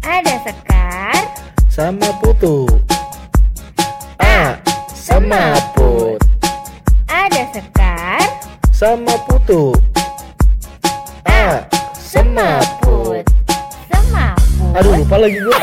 Ada Sekar sama Putu. A sama Put. Ada Sekar Sama Putu. A sama Put. Semaput. Aduh, lupa lagi gue.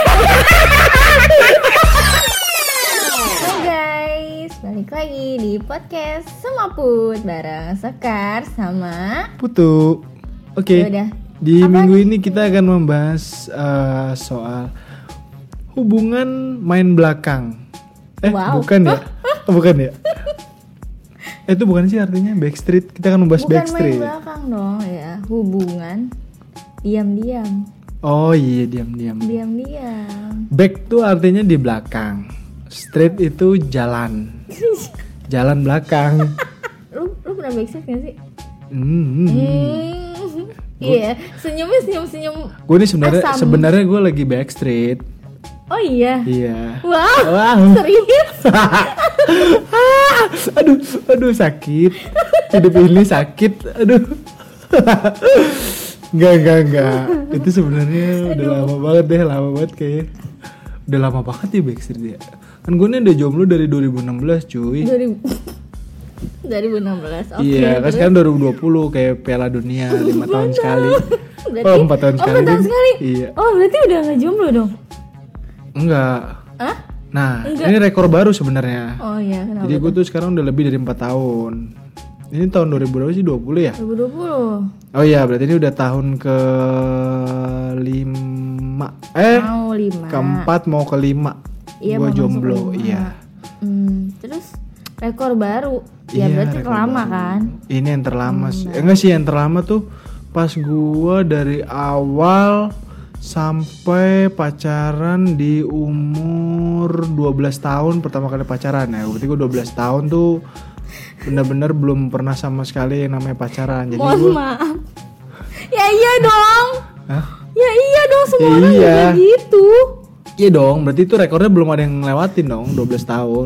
Halo guys, balik lagi di podcast Semaput bareng Sekar sama Putu. Oke. Yaudah. Di Apa minggu nih? ini kita akan membahas soal hubungan main belakang. Wow. Bukan ya? Oh, bukan ya? Itu bukan sih artinya backstreet. Kita akan membahas bukan backstreet. main belakang dong ya, hubungan diam-diam. Oh iya, diam-diam. Diam-diam. Back tuh artinya di belakang. Street itu jalan. Jalan belakang. Lu pernah backstreet gak sih? Hmm. Iya, senyumnya senyum Gue nih Asam. sebenarnya gue lagi backstreet. Oh iya. Iya. Wow. Serius? Aduh sakit. Hidup ini sakit. Aduh. Enggak. Itu sebenarnya udah lama banget kayaknya. Udah lama banget ya backstreet ya. Kan gue nih udah jomblo dari 2016 cuy. 2016. Oke. Iya, kan terus? sekarang 2020 kayak Piala Dunia 5 tahun sekali. Berarti, 4 tahun sekali. 4 tahun ding. sekali. Iya. Oh, berarti udah gak jomblo dong? Enggak. Hah? Nah, Enggak. ini rekor baru sebenarnya. Oh iya, kenapa? Jadi gue tuh sekarang udah lebih dari 4 tahun. Ini tahun 2020 sih 20 ya? 2020. Oh iya, berarti ini udah tahun ke 5. Mau 5. Keempat mau ke 5. Iya, Gue mau masuk jomblo, ke 5. iya. Terus rekor baru. Ya Iya, berarti rekor terlama baru. kan? Ini yang terlama sih. Enggak sih, yang terlama tuh pas gue dari awal sampai pacaran di umur 12 tahun pertama kali pacaran ya. Berarti gue 12 tahun tuh benar-benar belum pernah sama sekali yang namanya pacaran. Jadi Mohon gue maaf. Ya iya dong. Hah? Ya iya dong, semua Ya orang iya. juga gitu. Iya dong, berarti itu rekornya belum ada yang ngelewatin dong, 12 tahun.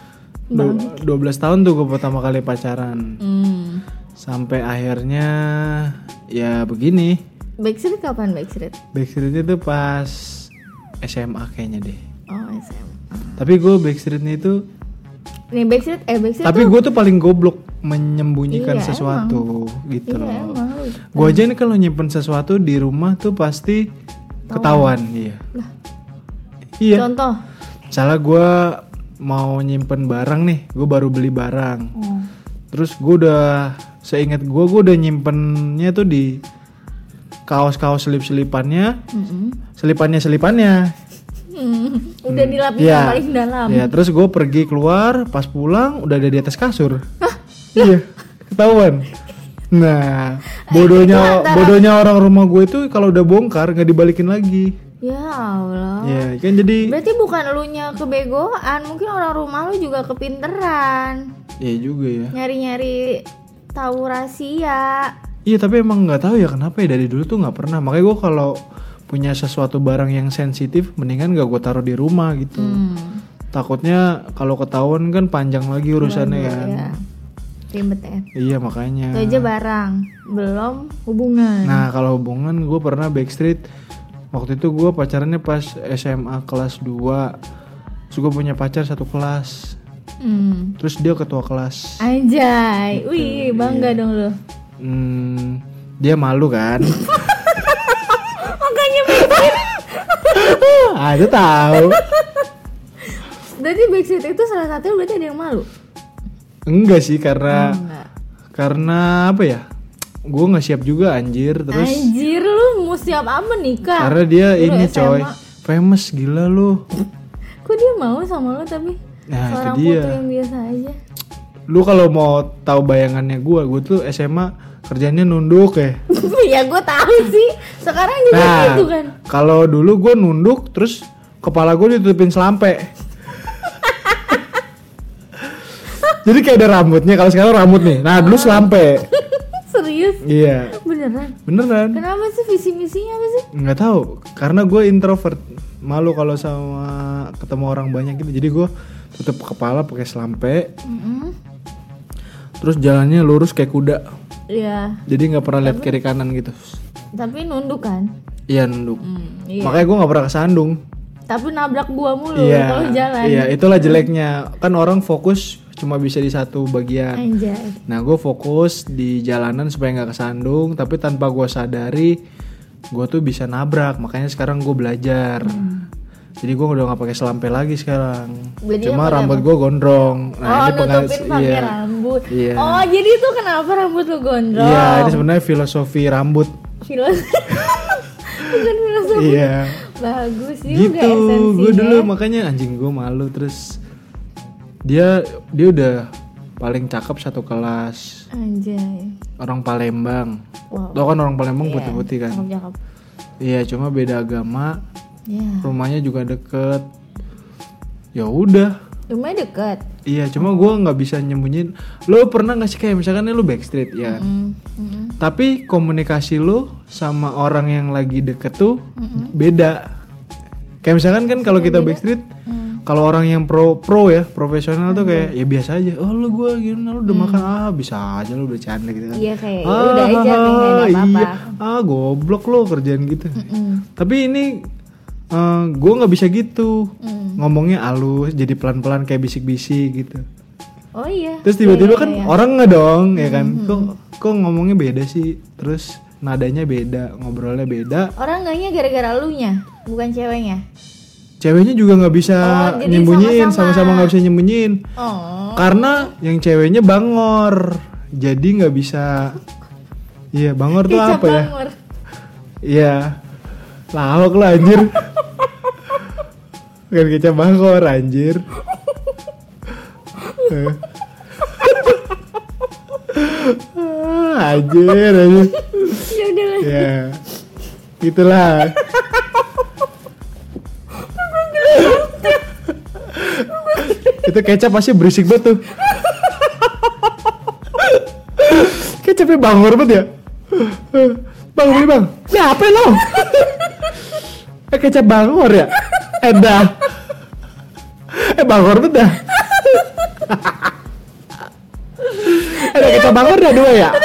12 tahun tuh gue pertama kali pacaran. Sampai akhirnya ya begini. Backstreet kapan backstreet? Backstreetnya tuh pas SMA kayaknya deh. Oh, SMA. Tapi gue backstreetnya itu Nih backstreet tapi tuh. gue tuh paling goblok menyembunyikan Iya, sesuatu gitu Iya, loh. emang lu. Gue aja nih kalau nyimpen sesuatu di rumah tuh pasti ketahuan. Iya. Lah. Iya. Contoh. Misalnya gue mau nyimpen barang nih, gue baru beli barang. Terus gue udah, seingat gue udah nyimpennya tuh di kaos-kaos selip-selipannya, selipannya. Udah di lapisan Iya. paling dalam. Ya, terus gue pergi keluar, pas pulang udah ada di atas kasur. Iya, ketahuan. Nah, bodohnya orang rumah gue itu kalau udah bongkar nggak dibalikin lagi. Ya Allah. Ya, kan jadi. Berarti bukan elunya kebegoan, mungkin orang rumah lu juga kepinteran. Iya juga ya. Nyari-nyari tahu rahasia. Iya, tapi emang nggak tahu ya kenapa ya dari dulu tuh nggak pernah. Makanya gue kalau punya sesuatu barang yang sensitif, mendingan gak gue taruh di rumah gitu. Takutnya kalau ketahuan kan panjang lagi urusannya kan. Ya. Ribet ya. Iya makanya. Itu aja barang, belum hubungan. Nah kalau hubungan gue pernah backstreet. Waktu itu gue pacarannya pas SMA kelas 2. Terus gue punya pacar satu kelas. Terus dia ketua kelas. Anjay, wih bangga dong lu. Dia malu kan. Makanya backstreet. Ada tahu. Berarti backstreet itu salah satu berarti ada yang malu. Enggak sih karena Enggak. karena apa ya? Gue nggak siap juga anjir. Terus Anjir lu mau siap apa nikah? karena dia Lu ini SMA. coy famous gila lu. Kok dia mau sama lu tapi Nah, seorang itu dia. putu yang biasa aja. Lu kalau mau tahu bayangannya gue tuh SMA kerjanya nunduk ya. Ya gue tahu sih. Sekarang juga Nah, gitu kan. kalau dulu gue nunduk terus kepala gue ditutupin selampe. Jadi kayak ada rambutnya. Kalau sekarang rambut nih. Nah dulu selampe. Serius? Iya. Beneran? Beneran. Kenapa sih visi misinya apa sih? Nggak tahu. Karena gue introvert. Malu kalau sama ketemu orang banyak gitu. Jadi gue tutup kepala pakai selampe. Terus jalannya lurus kayak kuda. Iya. Jadi nggak pernah lihat kiri kanan gitu. Tapi nunduk kan? Iya nunduk. Iya. Makanya gue nggak pernah kesandung. Tapi nabrak gua mulu Iya. kalau jalan. Iya, itulah jeleknya. Kan orang fokus cuma bisa di satu bagian. Anjay. Nah, gue fokus di jalanan supaya nggak kesandung, tapi tanpa gue sadari, gue tuh bisa nabrak. Makanya sekarang gue belajar. Jadi gue udah nggak pakai selampe lagi sekarang. Jadi Cuma apa rambut gue gondrong. Oh, ini nutupin pakai iya. rambut. Iya. Oh, jadi itu kenapa rambut lu gondrong? Iya, ini sebenarnya filosofi rambut. Bukan filosofi. Iya. Bagus juga Gitu. esensinya. Gue dulu makanya anjing gue malu terus dia udah paling cakep satu kelas. Anjay. Orang Palembang. Wow. Tau kan orang Palembang Iya, putih-putih kan. Cakep-cakep. Iya, cuma beda agama. Iya. Rumahnya juga deket. Ya udah. Rumahnya deket. Iya, cuma gue nggak bisa nyembunyiin. Lo pernah nggak sih kayak misalkan lo backstreet ya? Tapi komunikasi lo sama orang yang lagi deket tuh beda. Kayak misalkan kan kalau kita backstreet, kalau orang yang pro ya, profesional tuh kayak ya biasa aja. Oh lo gue gimana, lo udah makan? Bisa aja lo bercanda gitu kan. Iya kayak udah aja kayak nggak ada apa-apa. Iya, goblok lo kerjaan gitu. Tapi ini gue nggak bisa gitu. Ngomongnya halus, jadi pelan-pelan kayak bisik-bisik gitu. Oh iya. Terus tiba-tiba Iya, kan iya. orang ngedong ya kan. Kok ngomongnya beda sih? Terus nadanya beda, ngobrolnya beda. Orang enggaknya gara-gara elunya, bukan ceweknya. Ceweknya juga nggak bisa Oh, jadi nyembunyiin, sama-sama. sama-sama nggak bisa nyembunyiin. Oh. Karena yang ceweknya bangor, jadi nggak bisa. Iya, bangor tuh Kecap apa ya? bangor. Iya, lahok lah anjir. Bukan kecap bangor anjir. Anjir. Ya udah lah. Ya, gitulah. Itu kecap pasti berisik banget tuh. Kecapnya bangor banget ya. Bang, beli bang. Ya apa lo? Kecap bangor ya? Dah. Bangor banget dah. Ada kecap bangor dah dua ya?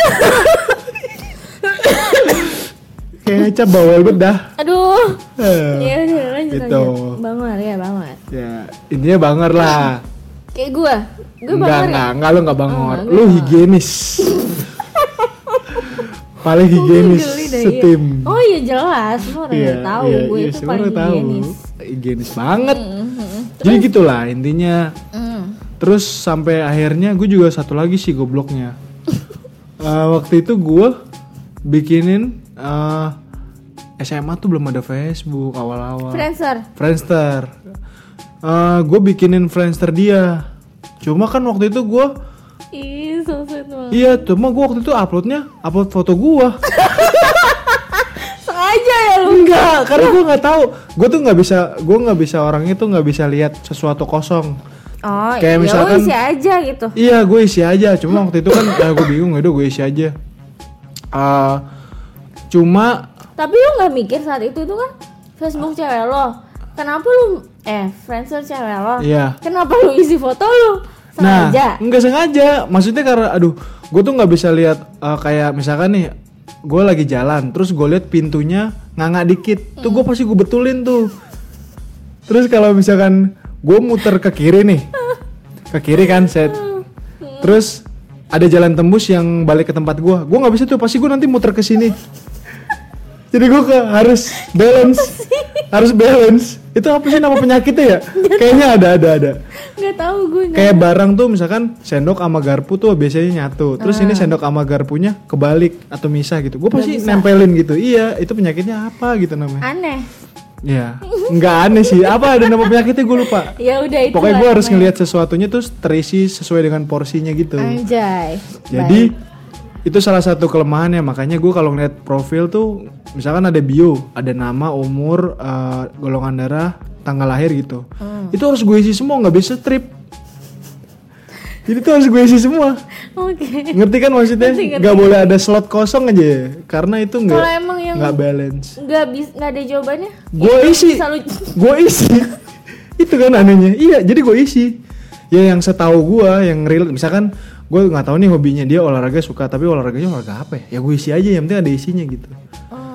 Kecap bawel banget dah. Aduh. Ya udah lanjut Gitu. aja. Bangor ya, bangor. Ya, intinya bangor lah. Kayak gua Enggak, bangor. Ya? enggak, lu enggak bangor. Oh, Lu higienis. Paling higienis Geli dah, setim. iya. Oh iya jelas, semua orang udah tahu gue itu semua paling orang tahu. higienis. Higienis banget. Jadi gitulah intinya. Terus sampai akhirnya gue juga satu lagi sih gobloknya. Waktu itu gue bikinin SMA tuh belum ada Facebook awal-awal. Friendster. Gue bikinin Friendster dia. Cuma kan waktu itu gue Ih, so sweet banget. iya, cuma gue waktu itu upload foto gue. Sengaja ya lu. Enggak, karena gue nggak tahu. Gue tuh nggak bisa orangnya tuh nggak bisa lihat sesuatu kosong. Oh, Kayak ya misalkan- lu isi aja gitu. Iya, gue isi aja. Cuma waktu itu kan gue bingung, yaudah gue isi aja. Cuma Tapi lu nggak mikir saat itu kan Facebook cewek lo. Kenapa lu Friendster cewek lo? Iya. Kenapa lu isi foto lu? Sengaja. Nah, nggak sengaja. Maksudnya karena, gue tuh nggak bisa lihat kayak misalkan nih, gue lagi jalan, terus gue lihat pintunya nganga dikit, tuh gue pasti gue betulin tuh. Terus kalau misalkan gue muter ke kiri nih, ke kiri kan set, terus ada jalan tembus yang balik ke tempat gue nggak bisa tuh, pasti gue nanti muter ke sini. Jadi gue harus balance. Itu apa sih nama penyakitnya ya? Kayaknya ada. Nggak tahu gue. Kayak barang tuh misalkan sendok sama garpu tuh biasanya nyatu. Terus ini sendok sama garpunya kebalik atau misah gitu. Gue pasti nempelin gitu. Iya, itu penyakitnya apa gitu namanya? Aneh. Iya. Nggak aneh sih. Apa ada nama penyakitnya gue lupa. Ya udah itu. Pokoknya gue harus ngelihat sesuatunya tuh terisi sesuai dengan porsinya gitu. Anjay. Jadi itu salah satu kelemahannya, makanya gue kalau ngeliat profil tuh misalkan ada bio, ada nama, umur, golongan darah, tanggal lahir gitu. Itu harus gue isi semua, nggak bisa strip. Jadi tuh harus gue isi semua. Oke. Ngerti kan maksudnya? Ngerti. Nggak boleh ada slot kosong aja ya, karena itu nggak Kalau emang yang nggak balance. nggak ada jawabannya. Gue isi, gue isi. Itu kan anehnya. Iya, jadi gue isi. Ya yang setahu gue, yang real, misalkan gue nggak tahu nih hobinya dia olahraga suka, tapi olahraganya olahraga apa ya? Ya gue isi aja, yang penting ada isinya gitu.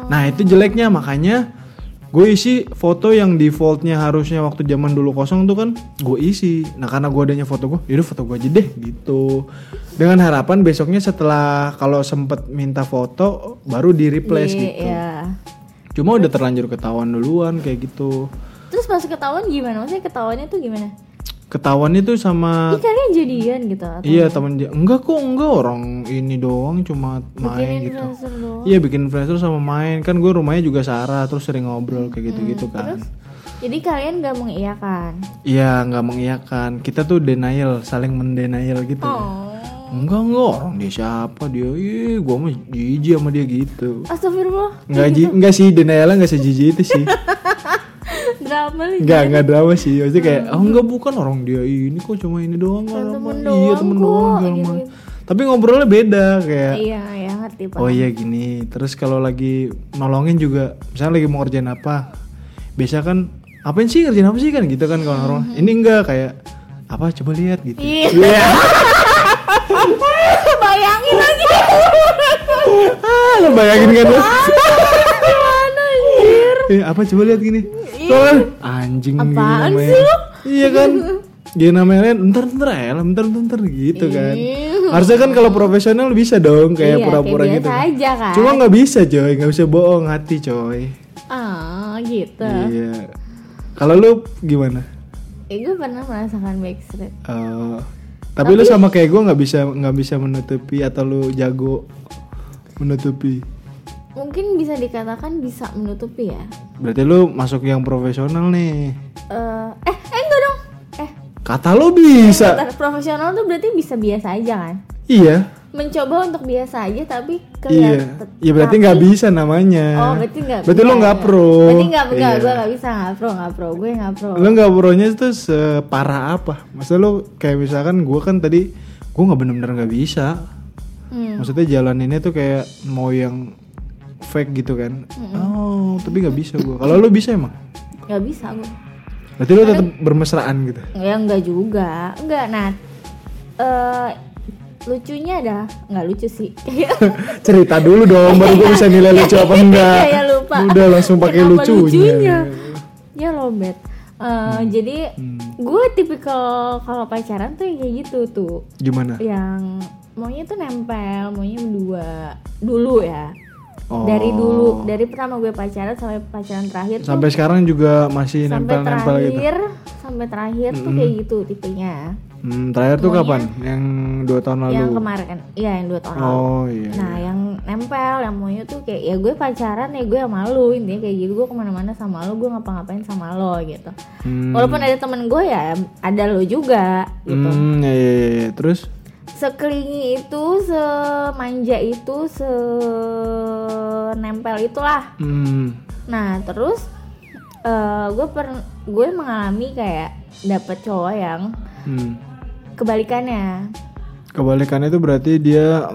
Nah itu jeleknya, makanya gue isi foto yang defaultnya harusnya waktu zaman dulu kosong tuh kan gue isi. Nah karena gue adanya foto gue, yaudah foto gue aja deh gitu. Dengan harapan besoknya setelah kalau sempet minta foto baru di replace gitu. Iya. Cuma udah terlanjur ketahuan duluan kayak gitu. Terus pas ketahuan gimana? Maksudnya ketahuannya tuh gimana? Ketahuannya tuh sama Ih, kalian jadian gitu atau iya temen dia. Enggak orang ini doang cuma main bikinin gitu. influencer doang? Iya bikin influencer sama main. Kan gue rumahnya juga Sarah, terus sering ngobrol kayak gitu-gitu kan. Terus? Jadi kalian gak mengiyakan? Iya nggak mengiyakan. Kita tuh denial, saling mendenial gitu. Oh. Enggak orang dia siapa dia. Ih gue mah jijik sama dia gitu. Astagfirullah. Enggak sih denialnya enggak sejijik itu sih. Drama lu. Enggak drama sih. Maksudnya kayak enggak bukan orang dia ini kok cuma ini doang. Temen Iya temen doang kok, segala gitu. macam. Tapi ngobrolnya beda kayak Iya, ya ngerti Pak. oh iya gini. Terus kalau lagi nolongin juga, misalnya lagi mau ngerjain apa, biasa kan apain sih ngerjain apa sih kan gitu kan kalau orang. Ini enggak kayak apa coba lihat gitu. Iya. Iya. Bayangin lagi. Lo bayangin kan lo? Gimana anjir? Apa coba lihat gini. Soalnya anjing gini Apaan namanya. sih lo? Iya kan. Gini namanya bentar gitu kan. Harusnya kan kalau profesional bisa dong kayak Iya, pura-pura kayak gitu. biasa aja kan. Cuma nggak bisa coy, nggak bisa bohong hati coy. Ah, gitu. Iya. Kalau lu gimana? Gue pernah merasakan backstreet. Tapi lu sama kayak gue nggak bisa menutupi atau lu jago menutupi? Mungkin bisa dikatakan bisa menutupi ya. Berarti lu masuk yang profesional nih. Enggak dong. Kata lu bisa. Profesional tuh berarti bisa biasa aja kan? Iya. Mencoba untuk biasa aja tapi Iya. Iya berarti nggak bisa namanya. Oh berarti nggak. Berarti lu nggak pro. Berarti nggak. Iya. Gue nggak bisa nggak pro. Gue nggak pro. Lu nggak pronya itu separah apa? Maksudnya lu kayak misalkan gue kan tadi gue nggak bener-bener nggak bisa. Maksudnya jalaninnya tuh kayak mau yang fake gitu kan. Oh tapi nggak bisa gue. Kalau lu bisa emang? Nggak bisa gue. Berarti lu tetap bermesraan gitu? Ya enggak juga. Enggak. Nah lucunya ada nggak lucu sih. Cerita dulu dong baru gue bisa nilai lucu apa enggak. Kayak lupa. Udah langsung pakai lucunya. Ya lobet. Jadi gue tipikal kalau pacaran tuh yang kayak gitu tuh. Gimana? Yang maunya tuh nempel, maunya berdua dulu ya. Oh. Dari dulu, dari pertama gue pacaran sampai pacaran terakhir sampai tuh, sekarang juga masih nempel-nempel gitu. Sampai terakhir tuh kayak gitu tipenya. Terakhir tuh Maunya kapan? Yang 2 tahun lalu? Yang kemarin kan, iya yang 2 tahun lalu. Oh iya. Nah yang nempel, yang maunya tuh kayak ya gue pacaran ya gue sama lo, intinya kayak gitu. Gue kemana-mana sama lo, gue ngapa-ngapain sama lo gitu. Walaupun ada temen gue ya ada lo juga gitu. Iya. Terus? Seklingi itu, semanja itu, senempel itulah. Nah terus gue mengalami kayak dapet cowok yang kebalikannya. Kebalikannya itu berarti dia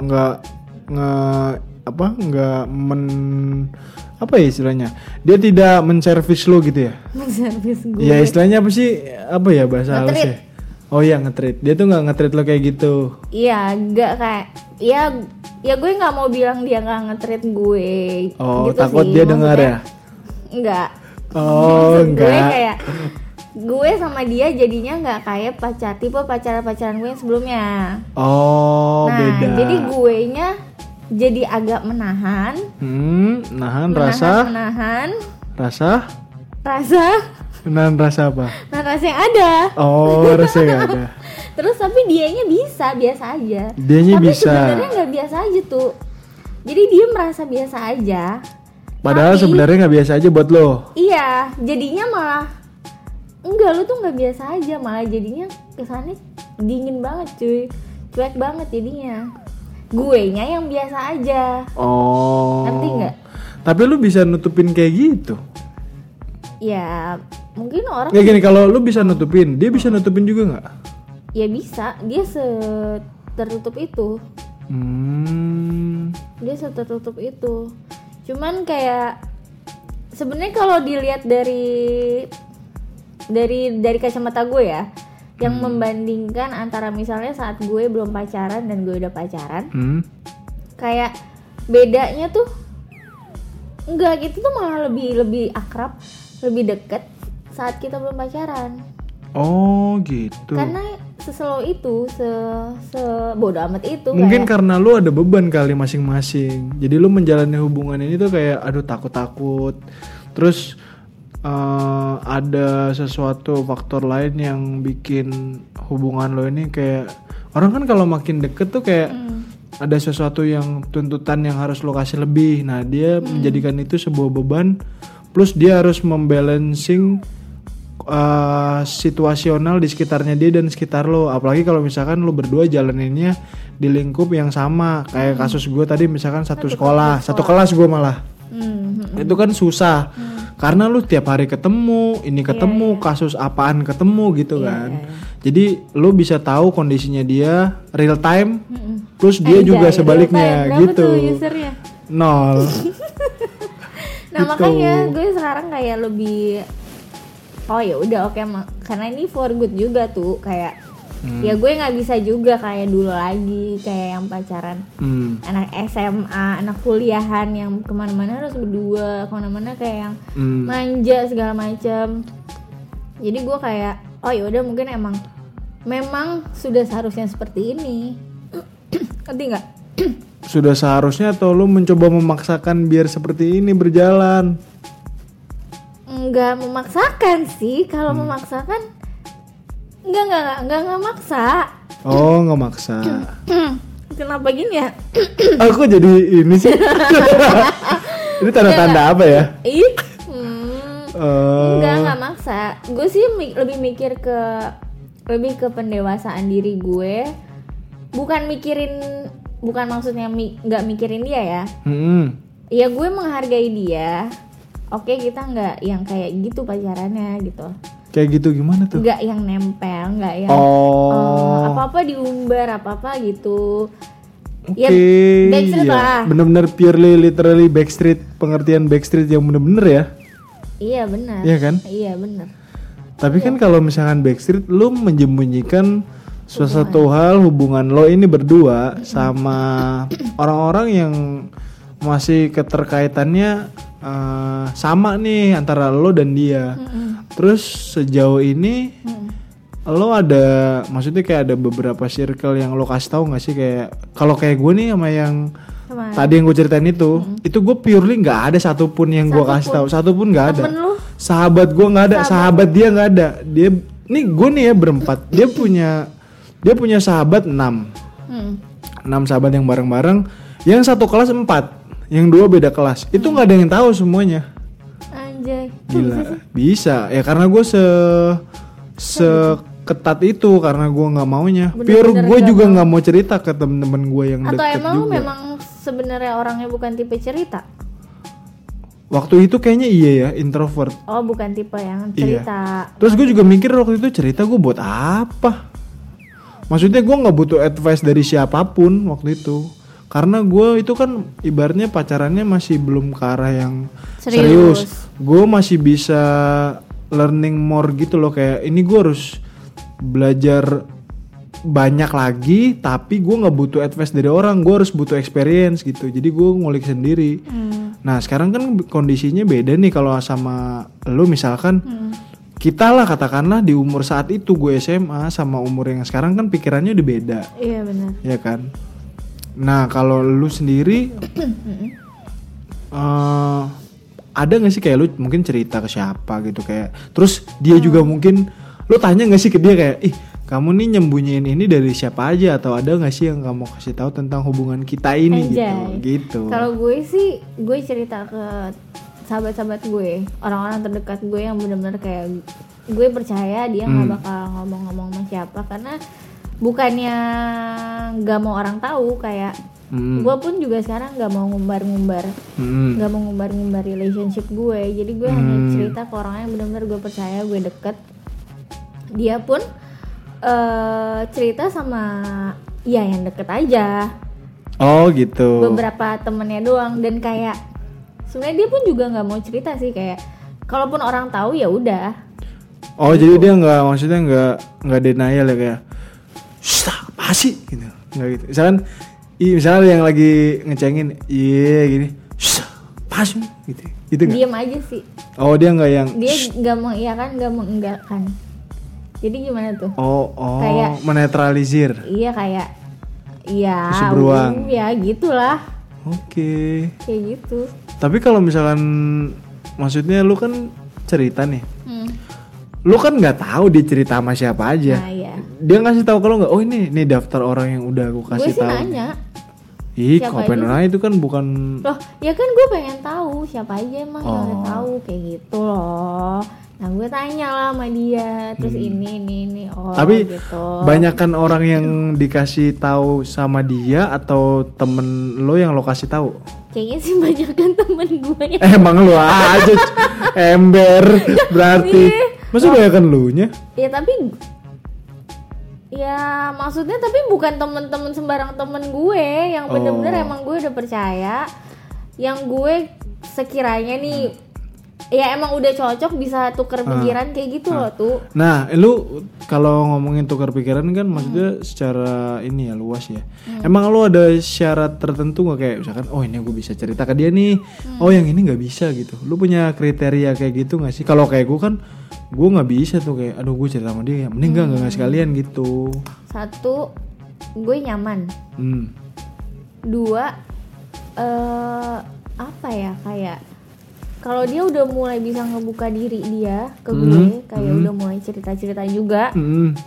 apa ya istilahnya? Dia tidak menservis lo gitu ya? Menservis gue. Ya istilahnya apa sih? Apa ya bahasa halusnya? Oh iya nge-treat. Dia tuh nggak nge-treat lo kayak gitu. Iya, nggak kayak ya gue nggak mau bilang dia nggak nge-treat gue. Oh gitu takut sih. dia dengar ya? Enggak. Oh Maksud enggak. Gue kayak gue sama dia jadinya nggak kayak tipe pacaran gue yang sebelumnya. Oh nah, beda. jadi guenya jadi agak menahan. Menahan rasa. Menahan rasa apa? Nah rasa yang ada. Oh rasa yang ada. Terus tapi dianya bisa biasa aja. Dianya tapi bisa. sebenarnya nggak biasa aja tuh. Jadi dia merasa biasa aja. Padahal tapi, sebenarnya nggak biasa aja buat lo. Iya, jadinya malah enggak, lu tuh nggak biasa aja, malah jadinya kesannya dingin banget cuy, cuek banget jadinya. Guenya yang biasa aja. Oh. Ngerti nggak? Tapi lu bisa nutupin kayak gitu. Ya mungkin orang. Kayak gini, kalau lu bisa nutupin, dia bisa nutupin juga nggak? Ya bisa, dia tertutup itu. Dia tertutup itu. Cuman kayak sebenarnya kalau dilihat dari kacamata gue ya, yang membandingkan antara misalnya saat gue belum pacaran dan gue udah pacaran, kayak bedanya tuh Enggak, gitu tuh malah lebih akrab, lebih deket saat kita belum pacaran. Oh gitu. Karena seslow itu, bodo amat itu. Mungkin kayak, karena lu ada beban kali masing-masing. Jadi lu menjalani hubungan ini tuh kayak aduh takut-takut. Terus ada sesuatu faktor lain yang bikin hubungan lo ini kayak orang kan kalau makin deket tuh kayak ada sesuatu yang tuntutan yang harus lo kasih lebih. Nah dia menjadikan itu sebuah beban. Plus dia harus membalancing situasional di sekitarnya dia dan sekitar lo. Apalagi kalau misalkan lo berdua jalaninnya di lingkup yang sama. Kayak kasus gue tadi misalkan satu sekolah, satu kelas gue malah. Itu kan susah. Karena lu tiap hari ketemu, ini ketemu, kasus apaan ketemu gitu kan. Jadi lu bisa tahu kondisinya dia real time. Plus dia juga sebaliknya gitu. Usernya? 0. Nah gitu. makanya gue sekarang kayak lebih ya udah oke, karena ini for good juga tuh kayak ya gue nggak bisa juga kayak dulu lagi kayak yang pacaran anak SMA, anak kuliahan yang kemana-mana harus berdua, kemana-mana kayak yang manja segala macam. Jadi gue kayak ya udah mungkin memang sudah seharusnya seperti ini. Ngerti nggak? Sudah seharusnya atau lu mencoba memaksakan biar seperti ini berjalan? Enggak memaksakan sih. Kalau memaksakan Enggak maksa. Oh, enggak maksa. Kenapa gini ya? Aku jadi ini sih. Ini tanda-tanda apa ya? Enggak maksa. Gue sih lebih mikir lebih ke pendewasaan diri gue. Bukan maksudnya enggak mikirin dia ya. Ya gue menghargai dia. Oke, kita enggak yang kayak gitu pacarannya gitu. Kayak gitu gimana tuh? Nggak yang nempel, nggak yang apa-apa diumbar, apa-apa gitu. Oke, ya, backstreet lah. Bener-bener purely literally backstreet, pengertian backstreet yang bener-bener ya? Iya benar. Iya kan? Iya benar. Tapi kan kalau misalkan backstreet, lu menyembunyikan sesuatu hal hubungan lo ini berdua sama orang-orang yang masih keterkaitannya sama nih antara lo dan dia. Terus sejauh ini lo ada, maksudnya kayak ada beberapa circle yang lo kasih tahu nggak sih, kayak kalau kayak gue nih sama yang tadi yang gue ceritain itu gue purely nggak ada satupun yang gue kasih tahu, satupun nggak ada. Sahabat gue nggak ada, sahabat dia nggak ada. Dia nih gue nih ya berempat, dia punya sahabat 6 sahabat yang bareng-bareng, yang satu kelas 4, yang 2 beda kelas. Itu nggak ada yang tahu semuanya. Anjay. Gila, bisa ya karena gue seketat itu karena gue nggak maunya. Pure gue juga nggak mau cerita ke temen-temen gue yang deket juga. Atau emang memang sebenarnya orangnya bukan tipe cerita? Waktu itu kayaknya iya ya, introvert. Oh, bukan tipe yang cerita. Iya. Terus gue juga mikir waktu itu cerita gue buat apa? Maksudnya gue nggak butuh advice dari siapapun waktu itu. Karena gue itu kan ibaratnya pacarannya masih belum ke arah yang serius. Gue masih bisa learning more gitu loh, kayak ini gue harus belajar banyak lagi, tapi gue nggak butuh advice dari orang, gue harus butuh experience gitu. Jadi gue ngulik sendiri. Nah sekarang kan kondisinya beda nih kalau sama lu misalkan kita lah katakanlah di umur saat itu gue SMA sama umur yang sekarang kan pikirannya udah beda. Iya benar. Iya kan. Nah kalau lu sendiri ada nggak sih kayak lu mungkin cerita ke siapa gitu kayak, terus dia juga mungkin lu tanya nggak sih ke dia kayak, ih kamu nih nyembunyiin ini dari siapa aja, atau ada nggak sih yang kamu kasih tahu tentang hubungan kita ini gitu. Kalau gue sih gue cerita ke sahabat-sahabat gue, orang-orang terdekat gue yang benar-benar kayak gue percaya dia nggak bakal ngomong-ngomong sama siapa, karena bukannya nggak mau orang tahu, kayak gue pun juga sekarang nggak mau ngumbar-ngumbar, nggak mau ngumbar-ngumbar relationship gue. Jadi gue hanya cerita ke orang yang benar-benar gue percaya, gue deket. Dia pun cerita sama ya yang deket aja. Oh gitu. Beberapa temennya doang, dan kayak sebenarnya dia pun juga nggak mau cerita sih, kayak kalaupun orang tahu ya udah. Oh gitu. Jadi dia nggak, maksudnya nggak denial ya kayak, apa sih gitu, nggak gitu. Misalnya yang lagi ngecengin, iya gini, apa sih gitu nggak? Diam aja sih. Oh dia nggak yang Dia nggak mengiyakan, nggak mengenggakkan. Jadi gimana tuh? oh Kayak- menetralisir. Iya kayak, iya, Masih beruang. ya gitulah, Oke. kayak gitu. Tapi kalau misalkan maksudnya lu kan cerita nih, Hmm. lu kan nggak tahu dia cerita sama siapa aja. Nah iya. Dia ngasih tahu kalau nggak, oh ini daftar orang yang udah aku Gue kasih sih tahu. nanya, Ih, siapa ngapain aja? nanya itu kan bukan. loh ya kan gue pengen tahu siapa aja emang yang udah Oh. tahu kayak gitu loh. Nah gue tanya lah sama dia, terus ini, oh Tapi gitu. banyakan orang yang dikasih tahu sama dia atau temen lo yang lo kasih tahu? Kayaknya sih banyak kan temen gue ya. Emang lu aja ember berarti. Masa banyakan lu nya? Ya tapi, ya maksudnya tapi bukan temen-temen sembarang temen gue, yang bener-bener Oh. emang gue udah percaya, yang gue sekiranya nih ya emang udah cocok bisa tuker pikiran kayak gitu loh tuh. Nah, lu kalau ngomongin tukar pikiran kan maksudnya secara ini ya luas ya. Emang lu ada syarat tertentu nggak kayak misalkan, oh ini gue bisa cerita ke dia nih, oh yang ini nggak bisa gitu. Lu punya kriteria kayak gitu nggak sih? Kalau kayak gue kan, gue nggak bisa tuh kayak, aduh gue cerita sama dia, mending nggak sekalian gitu. Satu, gue nyaman. Hmm. Dua, apa ya, kayak kalau dia udah mulai bisa ngebuka diri dia ke gue, kayak udah mulai cerita-cerita juga, Hmm.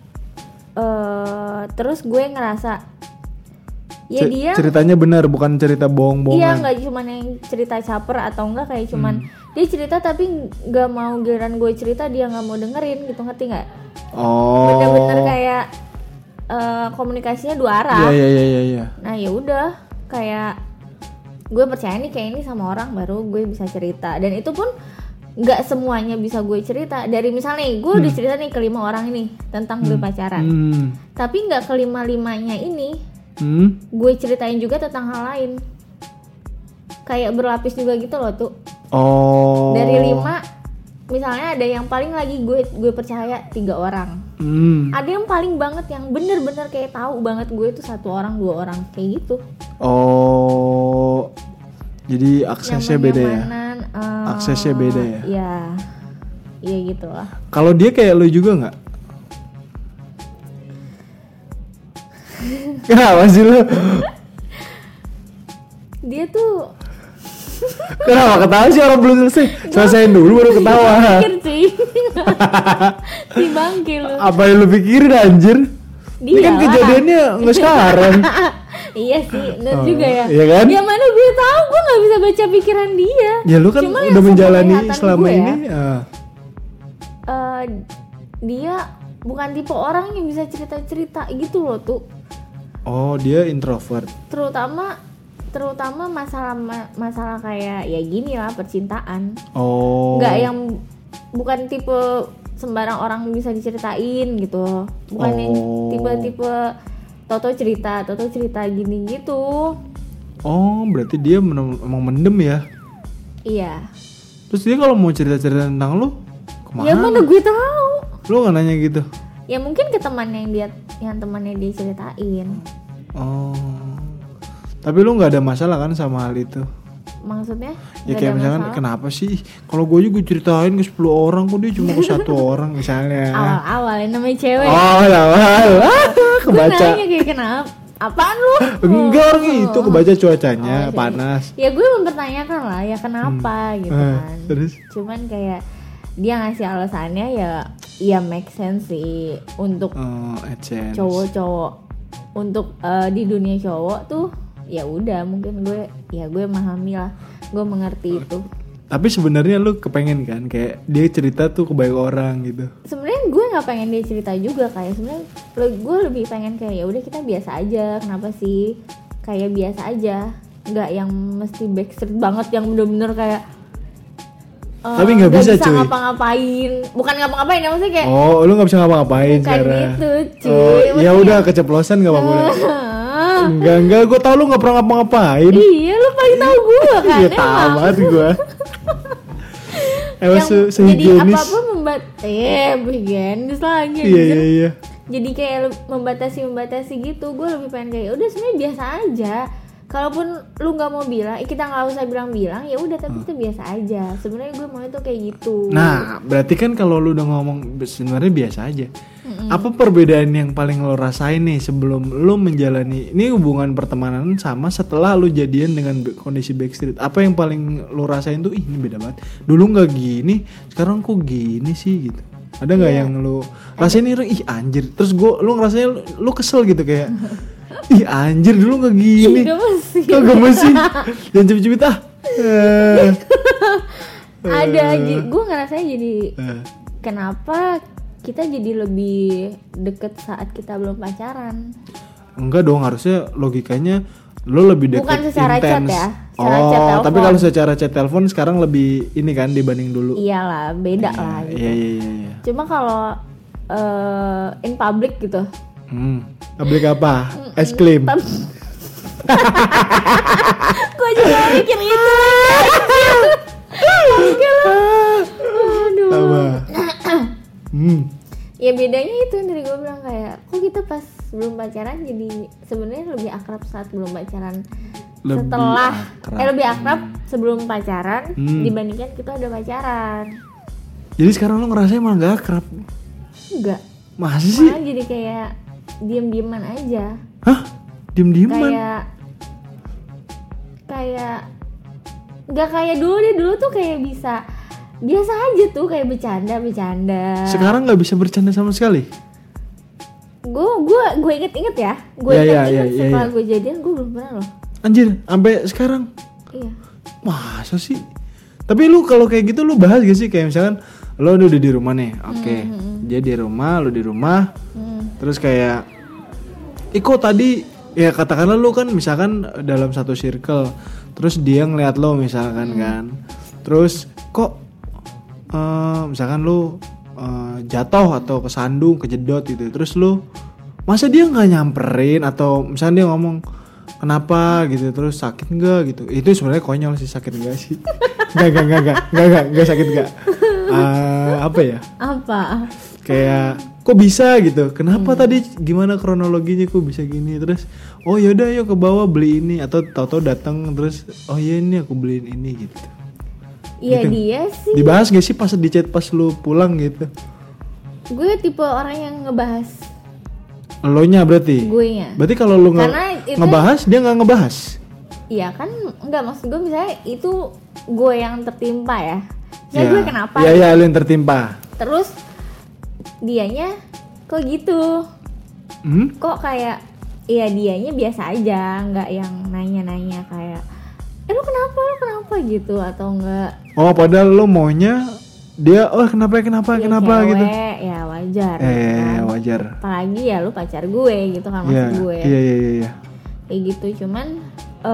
terus gue ngerasa ya dia Ceritanya benar, bukan cerita iya bohong-bohongan. nggak cuman yang cerita caper atau enggak kayak cuman dia cerita tapi nggak mau giliran gue cerita dia nggak mau dengerin gitu, ngerti nggak? Oh. Bener-bener kayak komunikasinya dua arah. Iya. Nah ya udah, kayak gue percaya nih kayak ini sama orang baru gue bisa cerita, dan itu pun nggak semuanya bisa gue cerita. Dari misalnya nih, gue udah cerita nih ke 5 orang ini tentang gue pacaran, tapi nggak ke 5-5-nya ini gue ceritain juga tentang hal lain, kayak berlapis juga gitu loh tuh. Oh. Dari 5 misalnya ada yang paling lagi gue percaya 3 orang, ada yang paling banget yang bener-bener kayak tahu banget gue itu 1 orang 2 orang kayak gitu. Oh. Jadi aksesnya beda ya. Nyamanan, Aksesnya beda ya. Iya gitu lah. Kalau dia kayak lu juga nggak? Kenapa sih lu? Dia tuh Kenapa ketawa sih, orang belum selesai? Selesaiin dulu baru ketawa. pikir sih. Si bangke lu. Apa yang lu pikirin anjir? Ini kan Dialah. kejadiannya nggak sekarang. Iya sih, bener juga ya. Iya kan? Ya mana gue tahu, gue nggak bisa baca pikiran dia. Ya lu kan Cuma udah yang menjalani sepenglihatan selama gue ini. Dia bukan tipe orang yang bisa cerita-cerita gitu loh tuh. Oh, dia introvert. Terutama masalah kayak ya gini lah, percintaan. Oh. Nggak yang, bukan tipe sembarang orang bisa diceritain gitu, bukan yang tipe-tipe Toto cerita gini gitu. Oh, berarti dia emang mendem ya? Iya. Terus dia kalau mau cerita-cerita tentang lu, kemana? Ya mana gue tahu. Lu nggak nanya gitu? Ya mungkin ke temannya yang temannya dia ceritain. Oh. Tapi lu nggak ada masalah kan sama hal itu? Maksudnya? Ya Nggak kayak ada misalkan masalah? kenapa sih kalau gue juga ceritain ke 10 orang kok dia cuma ke 1 orang misalnya. Awal-awal yang namanya cewek. Oh, awal. Gue Kebaca. nanya kayak kenapa? Apaan lu? Enggak, orang itu kebaca cuacanya Oh, panas. Ya gue mempertanyakan lah ya kenapa gitu kan. Terus? Cuman kayak dia ngasih alasannya ya make sense sih untuk Oh, AdSense. cowok-cowok, untuk di dunia cowok tuh ya udah, mungkin gue memahami lah, gue mengerti itu. Tapi sebenarnya lu kepengen kan kayak dia cerita tuh ke banyak orang gitu. Sebenarnya gue nggak pengen dia cerita juga, kayak sebenarnya gue lebih pengen kayak ya udah kita biasa aja, kenapa sih, kayak biasa aja, nggak yang mesti backstreet banget yang bener-bener kayak Tapi nggak bisa, cuy. ngapa-ngapain, bukan ngapa-ngapain ya, maksudnya kayak Oh, lu nggak bisa ngapa-ngapain bukan sekarang. gitu cuy. Oh, ya Maksudnya- udah keceplosan nggak apa-apa. Enggak, gue tau lu nggak pernah ngapa-ngapain. Iya, lu paling tahu gue kan. Iya emang. tamat gue. Emang Yang jadi sehigienis. apa-apa higienis lagi. Iya anjir. iya. Jadi kayak membatasi gitu. Gue lebih pengen kayak udah sebenarnya biasa aja. kalaupun lu nggak mau bilang, kita nggak usah bilang-bilang, ya udah, tapi kita biasa aja. Sebenarnya gue mau itu kayak gitu. Nah, berarti kan kalau lu udah ngomong sebenarnya biasa aja. Apa perbedaan yang paling lo rasain nih sebelum lu menjalani ini hubungan pertemanan sama setelah lu jadian dengan kondisi Backstreet? Apa yang paling lu rasain tuh, ih ini beda banget. Dulu nggak gini, sekarang kok gini sih gitu. Ada nggak yang lu rasain nih, ih anjir. Terus lu ngerasanya lu kesel gitu kayak, ih anjir dulu nggak gini. Kok gemes sih? Jangan cepet-cepet ah. Ada, gue ngerasanya jadi kenapa kita jadi lebih deket saat kita belum pacaran. Enggak dong, harusnya logikanya lo lebih deket. Bukan secara chat ya. Tapi kalau secara chat telepon sekarang lebih ini kan dibanding dulu. Iyalah, beda lah gitu. Iya. Cuma kalau in public gitu. Public apa? Es krim. Gue juga mikir itu. Aduh. Ya bedanya itu yang dari gue bilang kayak, kok kita pas belum pacaran jadi sebenarnya lebih akrab saat belum pacaran. Lebih akrab sebelum pacaran dibandingkan kita udah pacaran. Jadi sekarang lo ngerasain malah gak akrab? Enggak. Masa sih? Malah jadi kayak diem-dieman aja. Hah? Diem-dieman? Kayak nggak kayak dulu tuh kayak bisa biasa aja tuh, kayak bercanda. Sekarang nggak bisa bercanda sama sekali? Gue inget ya. Setelah gue jadian gue belum pernah loh. Anjir, sampai sekarang? Iya. Masa sih? Tapi lu kalau kayak gitu lu bahas gak sih? Kayak misalkan lo udah di rumah nih, oke. Dia di rumah, lu di rumah. Terus kayak Iko tadi, ya katakanlah lu kan misalkan dalam satu circle, terus dia ngeliat lo misalkan kan, terus kok misalkan lu jatuh atau kesandung, kejedot gitu, terus lu masa dia nggak nyamperin atau misalnya dia ngomong kenapa gitu, terus sakit nggak gitu, itu sebenarnya konyol sih. Sakit nggak sih? nggak sakit nggak? Apa? Kayak kok bisa gitu? Kenapa tadi gimana kronologinya kok bisa gini? Terus oh yaudah yuk ke bawah beli ini, atau tahu-tahu datang terus oh iya ini aku beliin ini gitu. Iya gitu. Dia sih. Dibahas gak sih pas di chat pas lu pulang gitu? Gue tipe orang yang ngebahas. Elonya berarti? Guenya. Berarti kalau lu ngebahas dia nggak ngebahas? Iya kan, nggak, maksud gue misalnya itu gue yang tertimpa ya. Misalnya gue kenapa? Iya lu yang tertimpa. Terus dianya kok gitu? Kok kayak ya dianya biasa aja, nggak yang nanya-nanya kayak lu kenapa gitu atau enggak. Oh padahal lu maunya dia kenapa cewek, gitu. Ya wajar. Kan? Wajar. Apalagi ya lu pacar gue gitu kan, maksud gue. Iya. Kayak gitu, cuman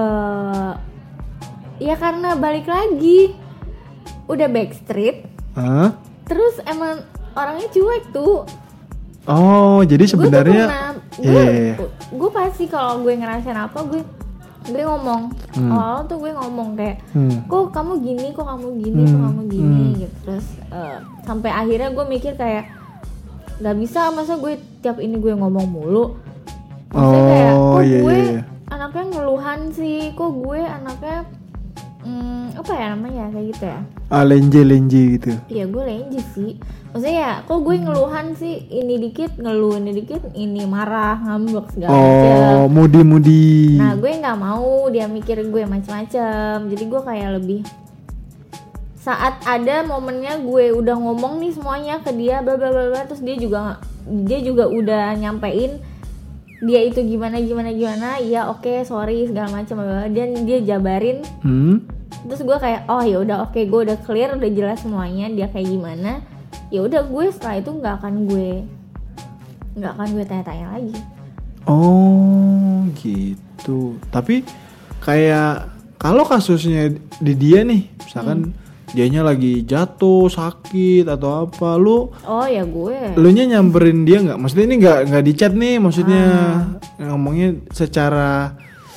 ya karena balik lagi udah Backstreet. Terus emang orangnya cuek tuh. Oh, jadi sebenarnya gue pasti kalau gue ngerasain apa gue ngomong. Awal tuh gue ngomong kayak kok kamu gini gitu. Terus sampai akhirnya gue mikir kayak nggak bisa, masa gue tiap ini gue ngomong mulu. Maksudnya kayak kok gue anaknya ngeluhan sih, kok gue anaknya apa ya namanya kayak gitu ya? Lenje gitu. Iya gue lenje sih. Maksudnya ya kok gue ngeluhan sih, ini dikit ngeluh, ini dikit ini marah, ngambek segala macam. Mudi. Nah gue nggak mau dia mikir gue macam-macam. Jadi gue kayak lebih saat ada momennya gue udah ngomong nih semuanya ke dia bla bla bla, terus dia juga udah nyampein dia itu gimana, iya oke, sorry segala macam, dan dia jabarin. Terus gue kayak oh ya udah oke, gue udah clear, udah jelas semuanya dia kayak gimana. Ya udah gue setelah itu nggak akan gue tanya-tanya lagi. Oh gitu. Tapi kayak kalau kasusnya di dia nih, misalkan dianya lagi jatuh sakit atau apa, lu lu nyamperin dia nggak? Maksudnya ini nggak di chat nih, maksudnya ngomongnya secara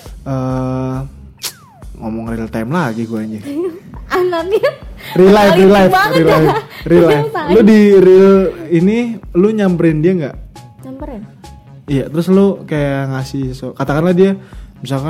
ngomong real time lagi gue aja. Anaknya real life. Lu di real ini lu nyamperin dia nggak? Nyamperin. Iya, terus lu kayak ngasih katakanlah dia misalkan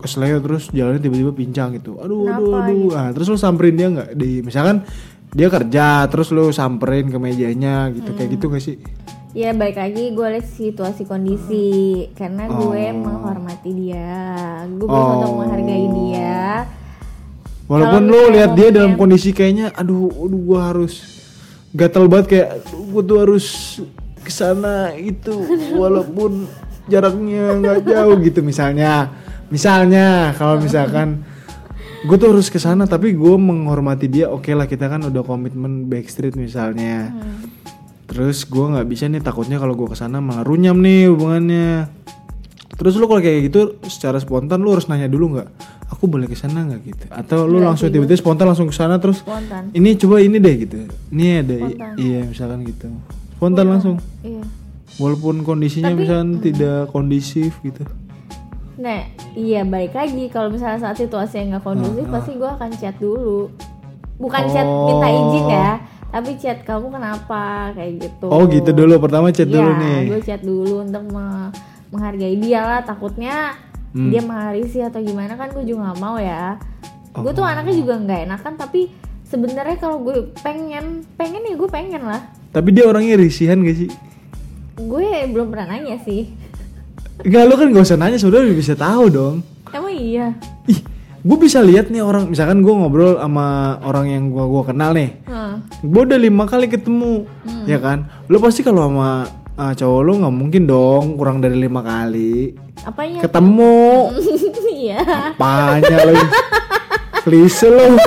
kesleo terus jalannya tiba-tiba pincang gitu. Aduh. Gitu? Nah, terus lu samperin dia nggak? Misalkan dia kerja, terus lu samperin ke mejanya gitu, kayak gitu gak sih? Ya balik lagi gue lihat situasi kondisi, karena gue menghormati dia, gue berusaha untuk menghargai dia. Walaupun lu lihat dia dalam kondisi kayaknya, aduh gue harus gatel banget kayak, gue tuh harus kesana itu, walaupun jaraknya nggak jauh gitu misalnya kalau misalkan gue tuh harus kesana tapi gue menghormati dia, oke lah kita kan udah komitmen Backstreet misalnya. Terus gue nggak bisa nih, takutnya kalau gue kesana malah runyam nih hubungannya. Terus lu kalau kayak gitu secara spontan lu harus nanya dulu nggak, aku boleh kesana nggak gitu? Atau lu langsung tiba-tiba spontan langsung kesana terus spontan. Ini coba ini deh gitu, ini ada iya misalkan gitu, spontan langsung. Iya. Walaupun kondisinya misalkan tidak kondisif gitu. Nah iya balik lagi, kalau misalnya saat situasi yang nggak kondusif pasti gue akan chat dulu, bukan chat minta izin ya. Tapi chat kamu kenapa kayak gitu. Oh gitu dulu, pertama chat dulu nih. Gue chat dulu untuk menghargai dia lah, takutnya dia marisi atau gimana kan gue juga nggak mau ya. Gue tuh anaknya juga nggak enakan, tapi sebenarnya kalau gue pengen ya gue pengen lah. Tapi dia orangnya risihan gak sih? Gue belum pernah nanya sih. Enggak, lu kan gak usah nanya, sebenarnya bisa tahu dong. Emang iya? Ih, gue bisa lihat nih orang, misalkan gue ngobrol sama orang yang gue kenal nih, gue udah 5 kali ketemu, ya kan? Lo pasti kalau sama cowok lo nggak mungkin dong kurang dari 5 kali. Apanya? Ketemu. Iya. Apanya lo? Klise lo.